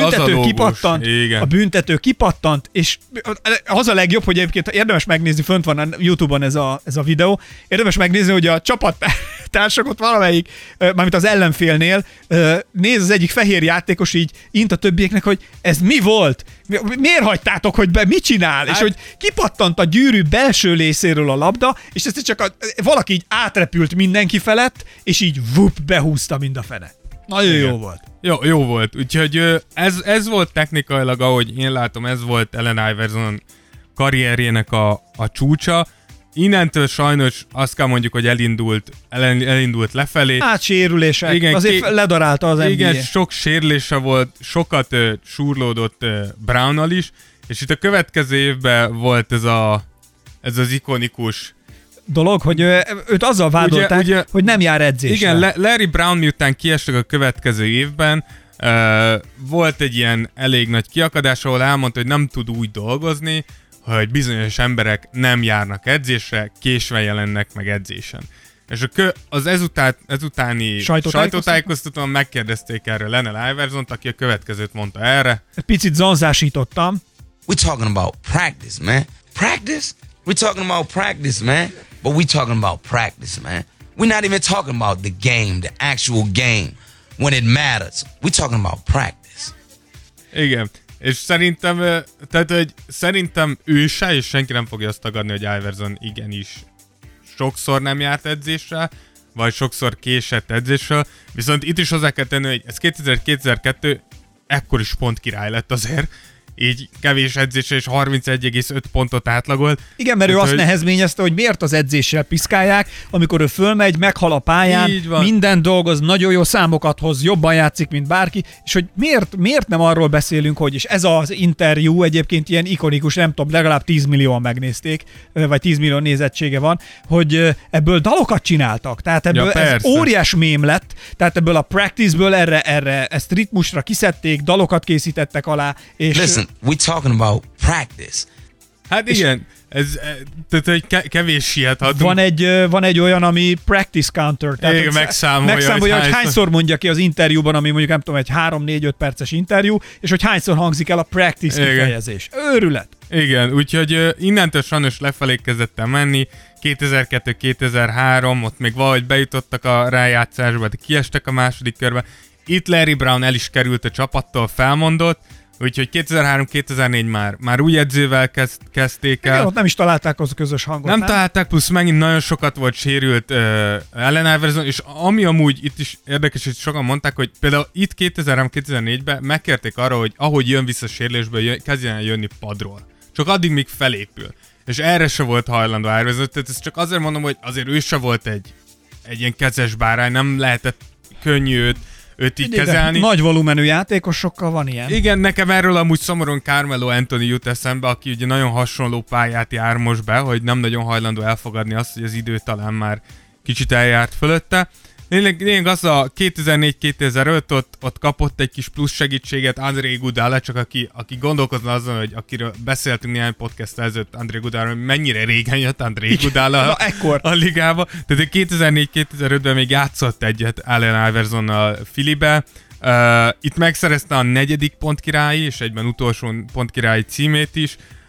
büntető kipattant, és az a legjobb, hogy egyébként érdemes megnézni, fönt van a YouTube-on ez a videó, érdemes megnézni, hogy a csapattársak ott valamelyik, mármint az ellenfélnél, néz az egyik fehér játékos így int a többieknek, hogy ez mi volt? Miért hagytátok, hogy mit csinál? És hogy kipattant a gyűrű belső részéről a labda, és ezt csak valaki így átrepült mindenki felett, és így behúzta mind a fene. Nagyon jó volt. Jó volt, úgyhogy ez volt technikailag, ahogy én látom, ez volt Allen Iverson karrierjének a csúcsa. Innentől sajnos azt kell mondjuk, hogy elindult lefelé. Hát sérülések, igen, azért ledarálta az NBA. Igen, sok sérülése volt, sokat súrlódott Brownnal is, és itt a következő évben volt ez az ikonikus dolog, hogy őt azzal vádolták, hogy nem jár edzésre. Igen, Larry Brown miután kiestek a következő évben, volt egy ilyen elég nagy kiakadás, ahol elmondta, hogy nem tud úgy dolgozni, hogy bizonyos emberek nem járnak edzésre, késve jelennek meg edzésen. És az ezutáni sajtótájékoztatón megkérdezték erről Allen Iversont, aki a következőt mondta erre. Picit zanzásítottam. We're talking about practice, man. Practice? We're talking about practice, man. But we're talking about practice, man. We're not even talking about the game, the actual game, when it matters. We're talking about practice. Igen. És szerintem ő se, és senki nem fogja azt tagadni, hogy Iverson igenis sokszor nem járt edzésre, vagy sokszor késett edzésről, viszont itt is hozzá kell tenni, hogy ez 2002 ekkor is pont király lett azért, így kevés edzésre és 31,5 pontot átlagolt. Igen, mert ő azt nehezményezte, hogy miért az edzéssel piszkálják, amikor ő fölmegy, meghal a pályán, minden dolgoz, nagyon jó számokat hoz, jobban játszik, mint bárki, és hogy miért nem arról beszélünk, hogy és ez az interjú egyébként ilyen ikonikus, nem tudom, legalább 10 millióan megnézték, vagy 10 millió nézettsége van, hogy ebből dalokat csináltak, tehát ebből ez óriás mém lett, tehát ebből a practice-ből erre ezt ritmusra kiszedték, dalokat készítettek alá, és... Listen, we're talking about practice. Hát igen, tehát kevés siethatunk. Van egy olyan, ami practice counter. Tehát megszámolja, hogy hányszor mondja ki az interjúban, ami mondjuk nem tudom, egy 3-4-5 perces interjú, és hogy hányszor hangzik el a practice kifejezés. Őrület. Igen, úgyhogy innentől sajnos lefelé kezdett el menni. 2002-2003, ott még valahogy bejutottak a rájátszásba, de kiestek a második körbe. Itt Larry Brown el is került a csapattól, felmondott, úgyhogy 2003-2004 már új edzővel kezdték el. Igen, ott nem is találták az a közös hangot. Nem találták, plusz megint nagyon sokat volt sérült Allen Iverson, és ami amúgy itt is érdekes, hogy sokan mondták, hogy például itt 2003-2004-ben megkérték arra, hogy ahogy jön vissza sérülésből, kezdjen el jönni padról. Csak addig, míg felépül. És erre se volt hajlandó Iverson, tehát ezt csak azért mondom, hogy azért ő se volt egy ilyen kezes bárány, nem lehetett könnyű őt így kezelni. Nagy volumenű játékosokkal van ilyen. Igen, nekem erről amúgy szomorúan Carmelo Anthony jut eszembe, aki ugye nagyon hasonló pályát jár most be, hogy nem nagyon hajlandó elfogadni azt, hogy az idő talán már kicsit eljárt fölötte. Lényeg az, a 2004-2005 ott kapott egy kis plusz segítséget Andre Iguodala, csak aki gondolkozna azon, hogy akiről beszéltünk néhány podcast előtt Andre Iguodala, hogy mennyire régen jött Andre Iguodala a ligába. Tehát 2004-2005-ben még játszott egyet Allen Iversonnal Phillybe. Itt megszerezte a 4. pontkirályi és egyben utolsó pontkirályi címét is.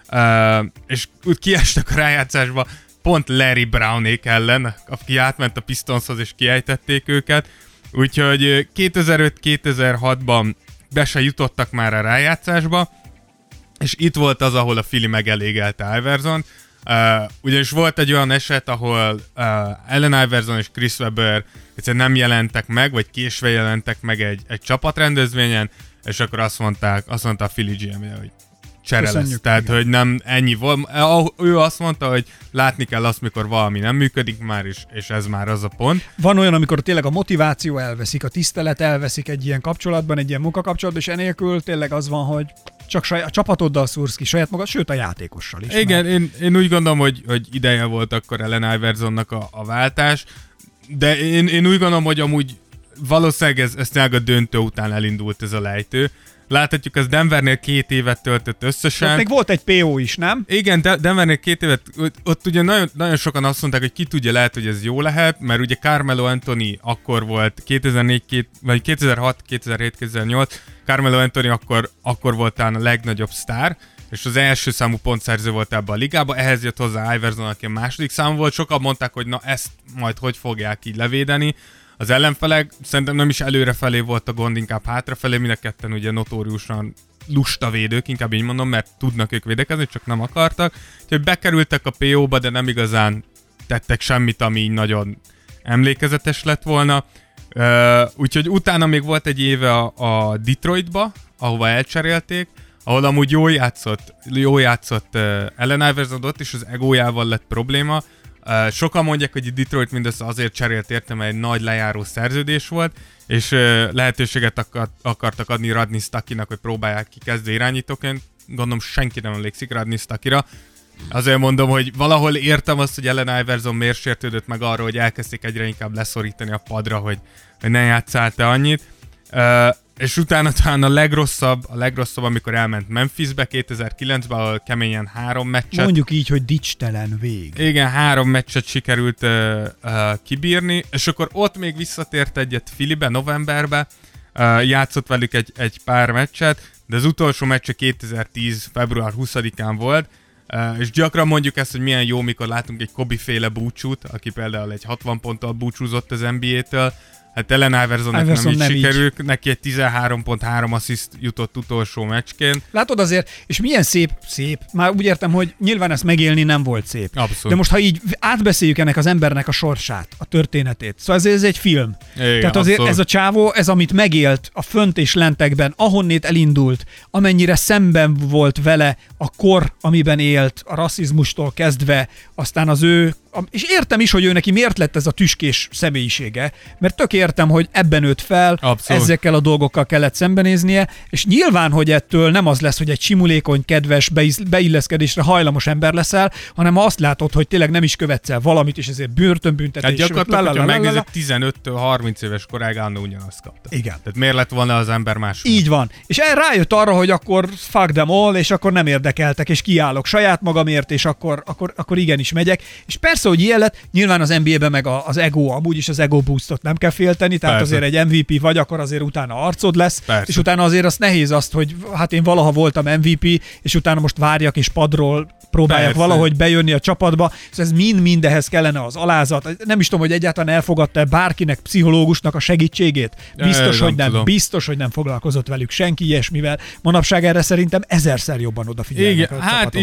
és úgy kiestek a rájátszásba pont Larry Brownék ellen, aki átment a Pistonshoz és kiejtették őket, úgyhogy 2005-2006-ban be se jutottak már a rájátszásba, és itt volt az, ahol a Philly megelégelte Iversont. Ugyanis volt egy olyan eset, ahol Allen Iverson és Chris Webber egyszerűen nem jelentek meg, vagy késve jelentek meg egy csapatrendezvényen, és akkor azt mondta a Philly GM-je, hogy csere lesz. Tehát, igen. Hogy nem ennyi volt. Ő azt mondta, hogy látni kell azt, mikor valami nem működik már, és ez már az a pont. Van olyan, amikor tényleg a motiváció elveszik, a tisztelet elveszik egy ilyen kapcsolatban, egy ilyen munkakapcsolatban, és enélkül tényleg az van, hogy csak a csapatoddal szúrsz ki saját magad, sőt a játékossal is. Igen, én úgy gondolom, hogy ideje volt akkor Allen Iversonnak a váltás, de én úgy gondolom, hogy amúgy valószínűleg ez tényleg a döntő után elindult ez a lejtő. Láthatjuk, az Denvernél 2 évet töltött összesen. Ott még volt egy PO is, nem? Igen, Denvernél 2 évet, ott ugye nagyon, nagyon sokan azt mondták, hogy ki tudja, lehet, hogy ez jó lehet, mert ugye Carmelo Anthony akkor volt 2004, 2006, 2007, 2008, Carmelo Anthony akkor volt talán a legnagyobb sztár, és az első számú pontszerző volt ebbe a ligába, ehhez jött hozzá Iverson, aki a második számú volt, sokan mondták, hogy na ezt majd hogy fogják így levédeni. Az ellenfelek szerintem nem is előrefelé volt a gond, inkább hátrafelé, mind a ketten ugye notóriusan lusta védők, inkább így mondom, mert tudnak ők védekezni, csak nem akartak. Úgyhogy bekerültek a PO-ba, de nem igazán tettek semmit, ami így nagyon emlékezetes lett volna. Úgyhogy utána még volt egy éve a Detroitba, ahova elcserélték, ahol amúgy jól játszott Allen Iverson, ott is az egójával lett probléma. Sokan mondják, hogy Detroit mindössze azért cserélt érte, mert egy nagy lejáró szerződés volt, és lehetőséget akartak adni Rodney Stuckynak, hogy próbálják ki kezdő irányítóként. Gondolom senki nem emlékszik Rodney Stuckyra. Azért mondom, hogy valahol értem azt, hogy Allen Iverson miért sértődött meg arra, hogy elkezdték egyre inkább leszorítani a padra, hogy ne játsszál te annyit. És utána talán a legrosszabb, amikor elment Memphisbe 2009-ben, ahol keményen 3 meccset... Mondjuk így, hogy dicstelen vég. Igen, 3 meccset sikerült kibírni, és akkor ott még visszatért egyet Phillybe, novemberbe, játszott velük egy pár meccset, de az utolsó meccse 2010. február 20-án volt, és gyakran mondjuk ezt, hogy milyen jó, mikor látunk egy Kobe-féle búcsút, aki például egy 60 ponttal búcsúzott az NBA-től. Hát Allen Iversonnak nem így sikerült, neki egy 13.3 assziszt jutott utolsó meccsként. Látod azért, és milyen szép, már úgy értem, hogy nyilván ezt megélni nem volt szép. Abszolút. De most, ha így átbeszéljük ennek az embernek a sorsát, a történetét, szóval ez egy film. Igen, tehát azért abszolút. ez a csávó, ez amit megélt a fönt és lentekben, ahonnét elindult, amennyire szemben volt vele a kor, amiben élt, a rasszizmustól kezdve, aztán az ő, és értem is, hogy ő neki miért lett ez a tüskés személyisége, mert tök értem, hogy ebben nőtt fel, abszolút. Ezekkel a dolgokkal kellett szembenéznie, és nyilván, hogy ettől nem az lesz, hogy egy simulékony, kedves, beilleszkedésre hajlamos ember leszel, hanem azt látod, hogy tényleg nem is követsz el valamit, és ezért börtönbüntetés. Tehát gyakorlatilag, hogyha megnézed 15-től 30 éves koráig Anna ugyanazt kapta. Igen. Tehát miért lett volna az ember más? Így van. És rájött arra, hogy akkor fuck them all, és akkor nem érdekeltek, és kiállok saját magamért, és akkor igenis megyek. És persze, hogy ilyen lett, nyilván az NBA-ben meg az ego, amúgy is az ego boostot nem kell félteni, tehát persze. Azért egy MVP vagy, akkor azért utána arcod lesz, persze. És utána azért az nehéz azt, hogy hát én valaha voltam MVP, és utána most várjak, és padról próbáljak persze. valahogy bejönni a csapatba. Szóval ez mind ehhez kellene az alázat. Nem is tudom, hogy egyáltalán elfogadta bárkinek, pszichológusnak a segítségét. Biztos, hogy nem foglalkozott velük senki ilyesmivel. Manapság erre szerintem 1000-szer jobban odafigyelnek.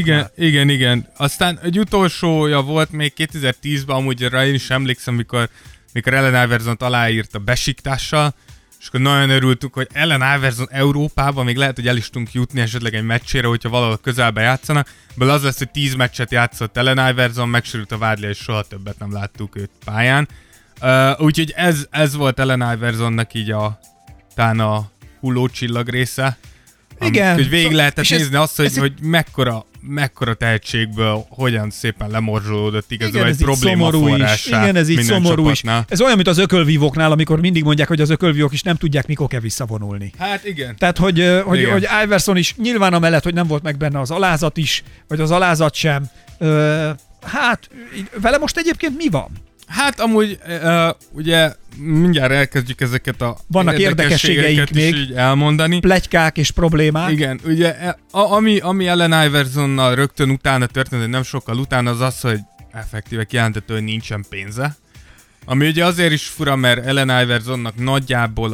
Igen. Aztán egy utolsója volt még 2010-ben, amúgy rá én is emlékszem, mikor Allen Iverson aláírt a Besiktassal, és akkor nagyon örültünk, hogy Allen Iverson Európában még lehet, hogy el is tudunk jutni esetleg egy meccsére, hogyha valahol közelbe játszanak. Ebből az lesz, hogy 10 meccset játszott Allen Iverson, megsérült a vádlia, és soha többet nem láttuk őt pályán. Úgyhogy ez volt Allen Iversonnak így talán a hullócsillag része. Igen. Hogy végig lehetett nézni azt, hogy mekkora tehetségből hogyan szépen lemorzsolódott igazából egy probléma forrássá. Igen, ez így szomorú is. csapatnál. Ez olyan, mint az ökölvívóknál, amikor mindig mondják, hogy az ökölvívók is nem tudják, mikor kell visszavonulni. Hát igen. Tehát, hogy Iverson is nyilván amellett, hogy nem volt meg benne az alázat is, vagy az alázat sem. Hát, vele most egyébként mi van? Hát amúgy ugye mindjárt elkezdjük ezeket a vannak érdekességeink is így elmondani. Pletykák és problémák. Igen, ugye ami Allen Iversonnal rögtön utána történt, hogy nem sokkal utána, az, hogy effektíve kijelentette, hogy nincsen pénze. Ami ugye azért is fura, mert Allen Iversonnak nagyjából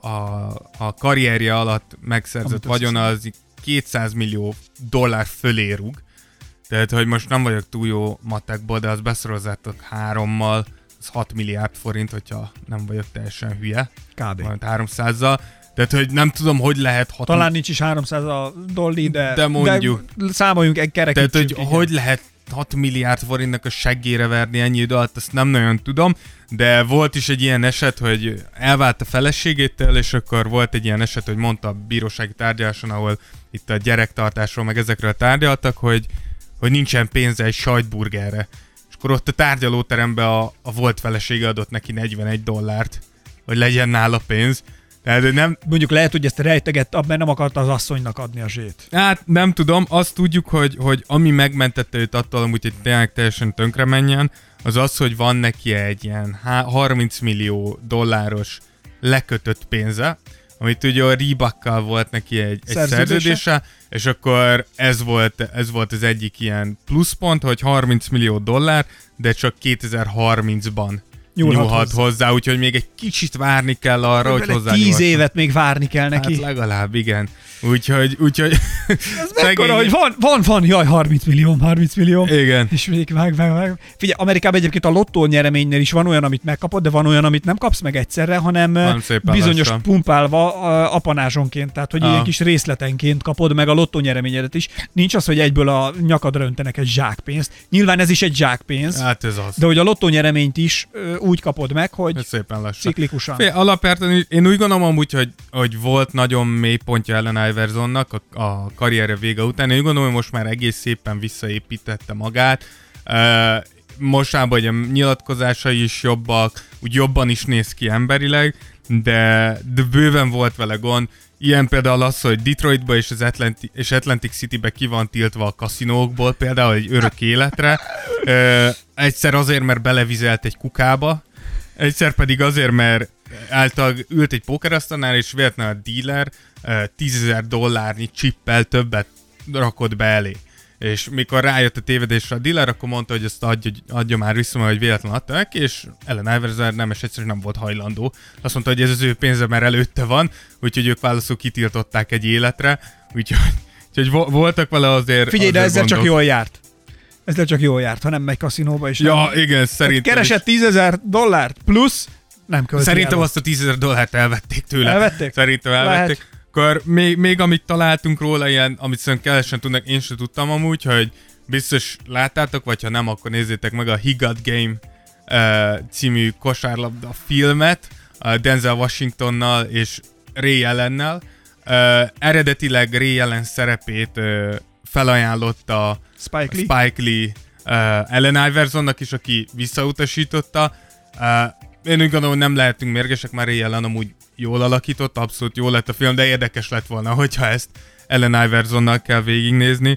a karrierje alatt megszerzett vagyona az $200 millió fölé rúg. Tehát, hogy most nem vagyok túl jó matekból, de azt beszorozzátok 3-mal, az 6 milliárd forint, hogyha nem vagyok teljesen hülye. Kb. 300-zal. Tehát, hogy nem tudom, hogy lehet... Talán nincs is 300 a dolli, de mondjuk. De számoljunk egy kerekítsük. Tehát, hogy lehet 6 milliárd forintnak a seggére verni ennyi idő alatt, azt nem nagyon tudom, de volt is egy ilyen eset, hogy elvált a feleségétől, és akkor volt egy ilyen eset, hogy mondta a bírósági tárgyaláson, ahol itt a gyerektartásról, meg ezekről tárgyaltak, hogy nincsen pénze egy sajtburgerre. És akkor ott a tárgyalóteremben a volt felesége adott neki $41, hogy legyen nála pénz. Tehát nem... Mondjuk lehet, hogy ezt rejtegett, mert nem akarta az asszonynak adni a zsét. Hát nem tudom, azt tudjuk, hogy ami megmentette őt attól, amúgy, hogy tényleg teljesen tönkre menjen, az, hogy van neki egy ilyen $30 millió lekötött pénze, amit ugye a Reebokkal volt neki egy szerződése, és akkor ez volt az egyik ilyen pluszpont, hogy $30 millió, de csak 2030-ban nyúlhat hozzá, úgyhogy még egy kicsit várni kell arra, hogy hozzá 10 évet még várni kell neki. Hát legalább, igen. Úgyhogy ez mekkora, hogy van, jaj, 30 millió. Igen. És még meg. Figyelj, Amerikában egyébként a lottó nyereménynél is van olyan, amit megkapod, de van olyan, amit nem kapsz meg egyszerre, hanem bizonyos pumpálva apanázsonként, tehát hogy ilyen kis részletenként kapod meg a lottó nyereményedet is. Nincs az, hogy egyből a nyakadra öntenek egy zsákpénzt. Nyilván ez is egy zsákpénz. Hát ez az. De hogy a lottó nyereményt is úgy kapod meg, hogy szépen lassan. Ciklikusan. Alapvetően én úgy gondolom amúgy, hogy volt nagyon mély pontja Allen Iversonnak a karrierje vége után. Én úgy gondolom, hogy most már egész szépen visszaépítette magát. Mostában ugye a nyilatkozásai is jobbak, úgy jobban is néz ki emberileg, de bőven volt vele gond. Ilyen például az, hogy Detroitba és Atlantic Citybe ki van tiltva a kaszinókból, például egy örök életre. Egyszer azért, mert belevizelt egy kukába, egyszer pedig azért, mert által ült egy pókerasztalnál, és véletlenül a dealer $10,000 csippel többet rakott be elé. És mikor rájött a tévedésre a dealer, akkor mondta, hogy ezt adja már vissza, hogy véletlenül adta neki, és Allen Iverson nem, és egyszerűen nem volt hajlandó. Azt mondta, hogy ez az ő pénze, mert előtte van, úgyhogy ők válaszul kitiltották egy életre, úgyhogy voltak vele azért. Figyelj, de ezzel csak jól járt. Ezzel csak jól járt, ha nem megy kaszinóba is. Ja, igen, szerintem. Keresett $10,000 plusz, nem költi. Szerintem azt a $10,000 elvették tőle. Elvették? Szerintem elvették. Lehet. Akkor még amit találtunk róla, ilyen, amit szerintem kevesen tudnak, én sem tudtam amúgy, hogy biztos láttátok, vagy ha nem, akkor nézzétek meg a He Got Game című kosárlabda filmet, Denzel Washingtonnal és Ray Allennel. Eredetileg Ray Allen szerepét felajánlotta Spike Lee Allen Iversonnak is, aki visszautasította. Én úgy gondolom, hogy nem lehetünk mérgesek, már Ray Allen amúgy jól alakított, abszolút jól lett a film, de érdekes lett volna, hogyha ezt Allen Iversonnal kell végignézni.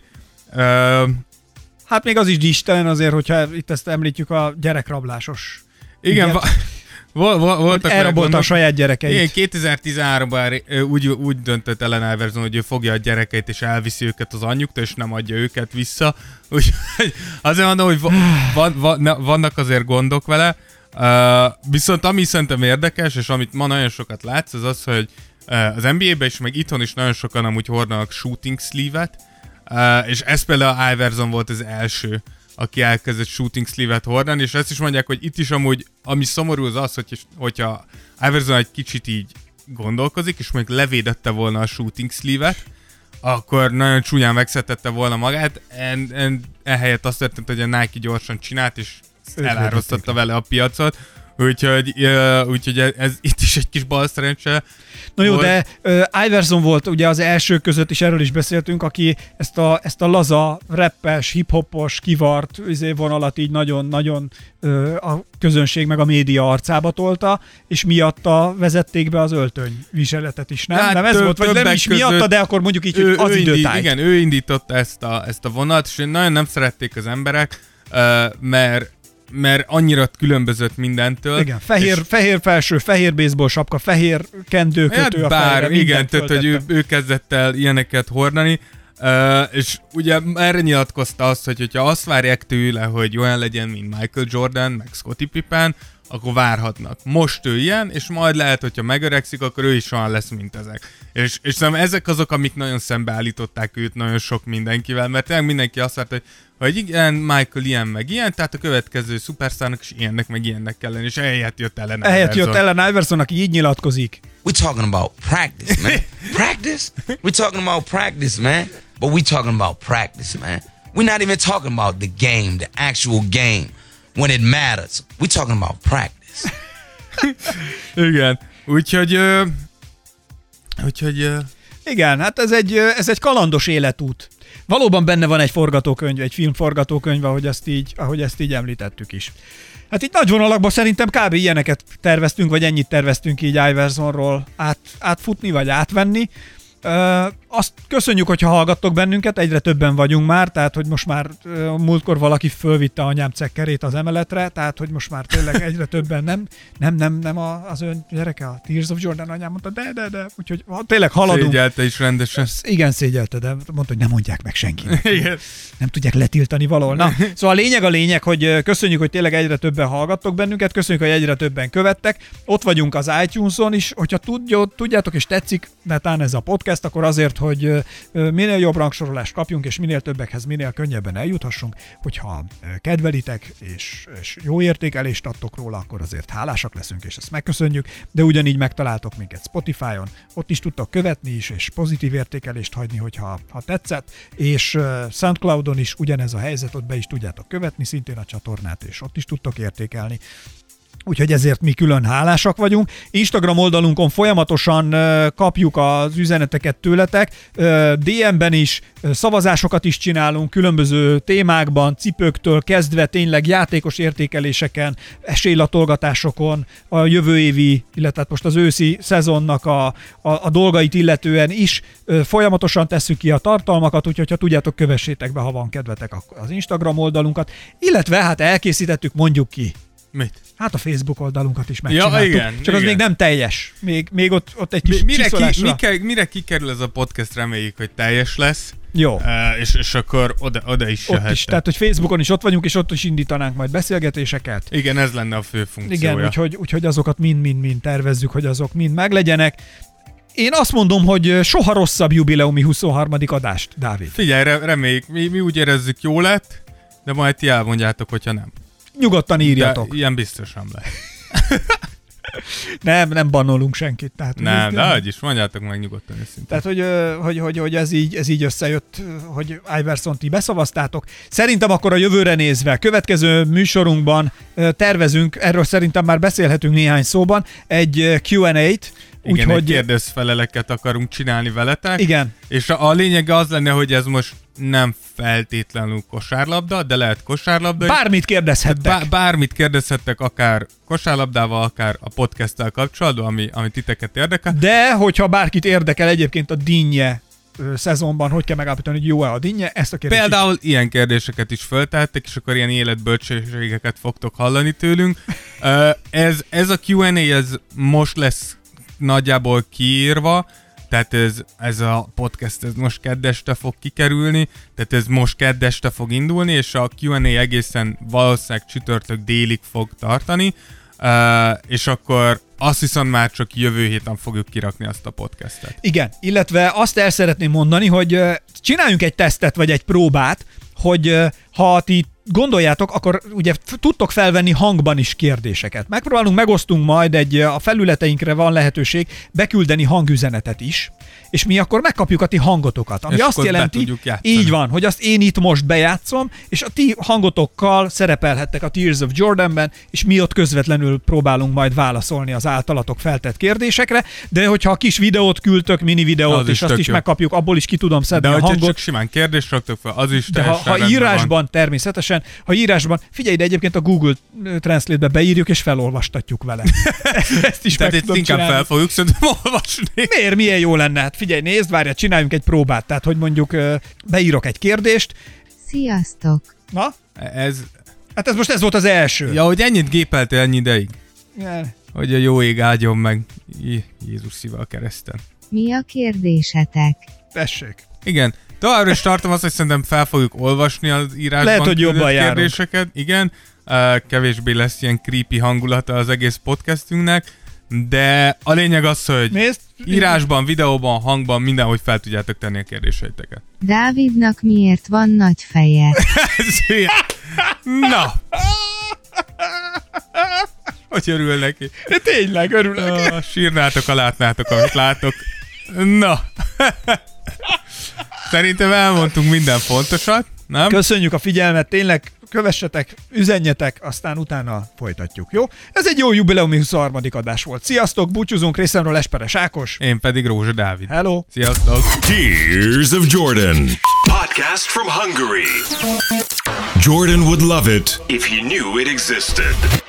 Hát még az is distelen azért, hogyha itt ezt említjük a gyerekrablásos. Igen, voltak elrabolta a saját gyerekeit. Igen, 2013-ban úgy döntött Allen Iverson, hogy ő fogja a gyerekeit és elviszi őket az anyjuktól, és nem adja őket vissza. Úgyhogy azért mondom, hogy vannak azért gondok vele. Viszont ami szerintem érdekes, és amit ma nagyon sokat látsz, az, hogy az NBA-ben is, meg itthon is nagyon sokan amúgy hordanak shooting sleeve-et, és ez például Iverson volt az első, aki elkezdett shooting sleeve-et hordani, és ezt is mondják, hogy itt is amúgy, ami szomorú az, hogyha Iverson egy kicsit így gondolkozik, és mondjuk levédette volna a shooting sleeve-et, akkor nagyon csúnyán megszedtette volna magát, ehelyett azt történt, hogy a Nike gyorsan csinált, és elárasztotta vele a piacot, úgyhogy ez itt is egy kis balszerencse. Na jó, de Iverson volt ugye az első között, és erről is beszéltünk, aki ezt a laza, rappes, hip-hopos, kivart vonalat így nagyon-nagyon a közönség meg a média arcába tolta, és miatta vezették be az öltöny viseletet is, nem? Hát nem ez volt, vagy nem is miatta, de akkor mondjuk így, hogy az időtájt. Igen, ő indította ezt a vonalat, és nagyon nem szerették az emberek, mert mert annyira különbözött mindentől. Igen, fehér felső, fehér baseball sapka, fehér kendőkötő a fejre. Igen, tehát, hogy ő kezdett el ilyeneket hordani, és ugye erre nyilatkozta azt, hogy ha azt várják tőle, hogy olyan legyen, mint Michael Jordan, meg Scottie Pippen, akkor várhatnak. Most ő ilyen, és majd lehet, hogyha megöregszik, akkor ő is olyan lesz, mint ezek. És szerintem ezek azok, amik nagyon szembeállították őt nagyon sok mindenkivel, mert tényleg mindenki azt várta, hogy igen, Michael ilyen meg ilyen, tehát a következő szupersztárnak is ilyennek meg ilyennek kell lenni, és ehelyett jött Allen Iverson. Ehelyett jött Allen Iverson, aki így nyilatkozik. We're talking about practice, man. Practice? We're talking about practice, man. But we're talking about practice, man. We're not even talking about the game, the actual game, when it matters. We're talking about practice. Igen. Úgyhogy... Igen, hát ez egy kalandos életút. Valóban benne van egy forgatókönyv, egy filmforgatókönyv, ahogy ezt így említettük is. Hát itt nagy vonalakban szerintem kb. Ilyeneket terveztünk, vagy ennyit terveztünk így Iversonról átfutni, vagy átvenni. Azt köszönjük, hogyha hallgattok bennünket, egyre többen vagyunk már, tehát hogy most már múltkor valaki fölvitte anyám cekkerét az emeletre, tehát hogy most már tényleg egyre többen nem az ön gyereke, a Tears of Jordan anyám mondta, de, úgyhogy tényleg haladunk. Szégyelte is rendesen. Igen, szégyelte, de mondta, hogy nem mondják meg senkinek. Igen. Nem tudják letiltani valahol. Na, szóval a lényeg, hogy köszönjük, hogy tényleg egyre többen hallgattok bennünket, köszönjük, hogy egyre többen követtek. Ott vagyunk az iTunes-on is, hogyha tudjátok és tetszik netán ez a podcast, akkor azért, hogy minél jobb rangsorolást kapjunk, és minél többekhez minél könnyebben eljuthassunk, hogyha kedvelitek, és jó értékelést adtok róla, akkor azért hálásak leszünk, és ezt megköszönjük, de ugyanígy megtaláltok minket Spotify-on, ott is tudtok követni is, és pozitív értékelést hagyni, hogyha tetszett, és SoundCloud-on is ugyanez a helyzet, ott be is tudjátok követni szintén a csatornát, és ott is tudtok értékelni. Úgyhogy ezért mi külön hálásak vagyunk. Instagram oldalunkon folyamatosan kapjuk az üzeneteket tőletek, DM-ben is, szavazásokat is csinálunk, különböző témákban, cipőktől kezdve tényleg játékos értékeléseken, esélylatolgatásokon, a jövő évi, illetve most az őszi szezonnak a dolgait illetően is folyamatosan tesszük ki a tartalmakat, úgyhogy ha tudjátok, kövessétek be, ha van kedvetek az Instagram oldalunkat, illetve hát elkészítettük, mondjuk ki. Mit? Hát a Facebook oldalunkat is megcsináltuk. Ja, igen, csak az igen. még nem teljes. Még ott egy kis csiszolásra. Mire kikerül ez a podcast, reméljük, hogy teljes lesz. Jó. És akkor oda is jöhet. Ott is, tehát hogy Facebookon is ott vagyunk, és ott is indítanánk majd beszélgetéseket. Igen, ez lenne a fő funkciója. Igen, úgyhogy azokat mind tervezzük, hogy azok mind meglegyenek. Én azt mondom, hogy soha rosszabb jubileumi 23. adást, Dávid. Figyelj, reméljük, mi úgy érezzük, jó lett, de majd ti elmondjátok, hogyha nem. Nyugodtan írjatok. De ilyen biztosan lesz. Nem bannolunk senkit. Tehát, nem, de hogy is, mondjátok meg nyugodtan őszintén. Tehát, hogy ez így összejött, hogy Iversont ti beszavaztátok. Szerintem akkor a jövőre nézve, következő műsorunkban tervezünk, erről szerintem már beszélhetünk néhány szóban, egy Q&A-t. Igen, egy kérdezfeleleket akarunk csinálni veletek. Igen. És a lényege az lenne, hogy ez most nem feltétlenül kosárlabda, de lehet kosárlabda. Bármit kérdezhettek. Bármit kérdezhettek, akár kosárlabdával, akár a podcasttel kapcsolatban, ami titeket érdekel. De, hogyha bárkit érdekel egyébként a dinnye szezonban, hogy kell megállapítani, hogy jó-e a dinnye, ezt a kérdést. Például ilyen kérdéseket is föltehettek, és akkor ilyen életbölcsességeket fogtok hallani tőlünk. Ez a Q&A, ez most lesz nagyjából kiírva, tehát ez a podcast ez most keddeste fog kikerülni, tehát ez most keddeste fog indulni, és a Q&A egészen valószínűleg csütörtök délig fog tartani, és akkor azt viszont már csak jövő héten fogjuk kirakni azt a podcastet. Igen, illetve azt el szeretném mondani, hogy csináljunk egy tesztet, vagy egy próbát, hogy ha ti gondoljátok, akkor ugye tudtok felvenni hangban is kérdéseket. Megosztunk majd a felületeinkre van lehetőség beküldeni hangüzenetet is, és mi akkor megkapjuk a ti hangotokat. Ami és azt jelenti, így van, hogy azt én itt most bejátszom, és a ti hangotokkal szerepelhettek a Tears of Jordanben, és mi ott közvetlenül próbálunk majd válaszolni az általatok feltett kérdésekre, de hogyha a kis videót küldtök, mini videót, és azt is megkapjuk, abból is ki tudom szedni a hangot. De csak simán kérdést raktok fel, az is de ha írásban természetesen, ha írásban, figyelj, de egyébként a Google Translate-be beírjuk, és felolvastatjuk vele. Ezt is tehát itt inkább fel fogjuk szerintem olvasni. Miért? Milyen jó lenne? Hát figyelj, nézd, várjál, csináljunk egy próbát. Tehát, hogy mondjuk beírok egy kérdést. Sziasztok! Na? Hát ez volt az első. Ja, hogy ennyit gépeltél ennyi ideig. Igen. Hogy a jó ég áldjon meg. Jézus szíve a kereszten. Mi a kérdésetek? Tessék. Igen. Továbbra is tartom azt, hogy szerintem fel fogjuk olvasni az írásban Lehet, hogy jobban kérdéseket. Igen. Kevésbé lesz ilyen creepy hangulata az egész podcastünknek, de a lényeg az, hogy Nézd. írásban, videóban, hangban, mindenhogy fel tudjátok tenni a kérdéseiteket. Dávidnak miért van nagy feje? Na! Hogy örül neki. De tényleg örülök. Sírnátok, ha látnátok, amit látok. Na! Szerintem elmondtunk minden fontosat, nem? Köszönjük a figyelmet, tényleg kövessetek, üzenjetek, aztán utána folytatjuk, jó? Ez egy jó jubileumi 23. adás volt. Sziasztok, búcsúzunk, részemről Esperes Ákos. Én pedig Rózsa Dávid. Hello! Sziasztok! Tears of Jordan. Podcast from Hungary. Jordan would love it if he knew it existed.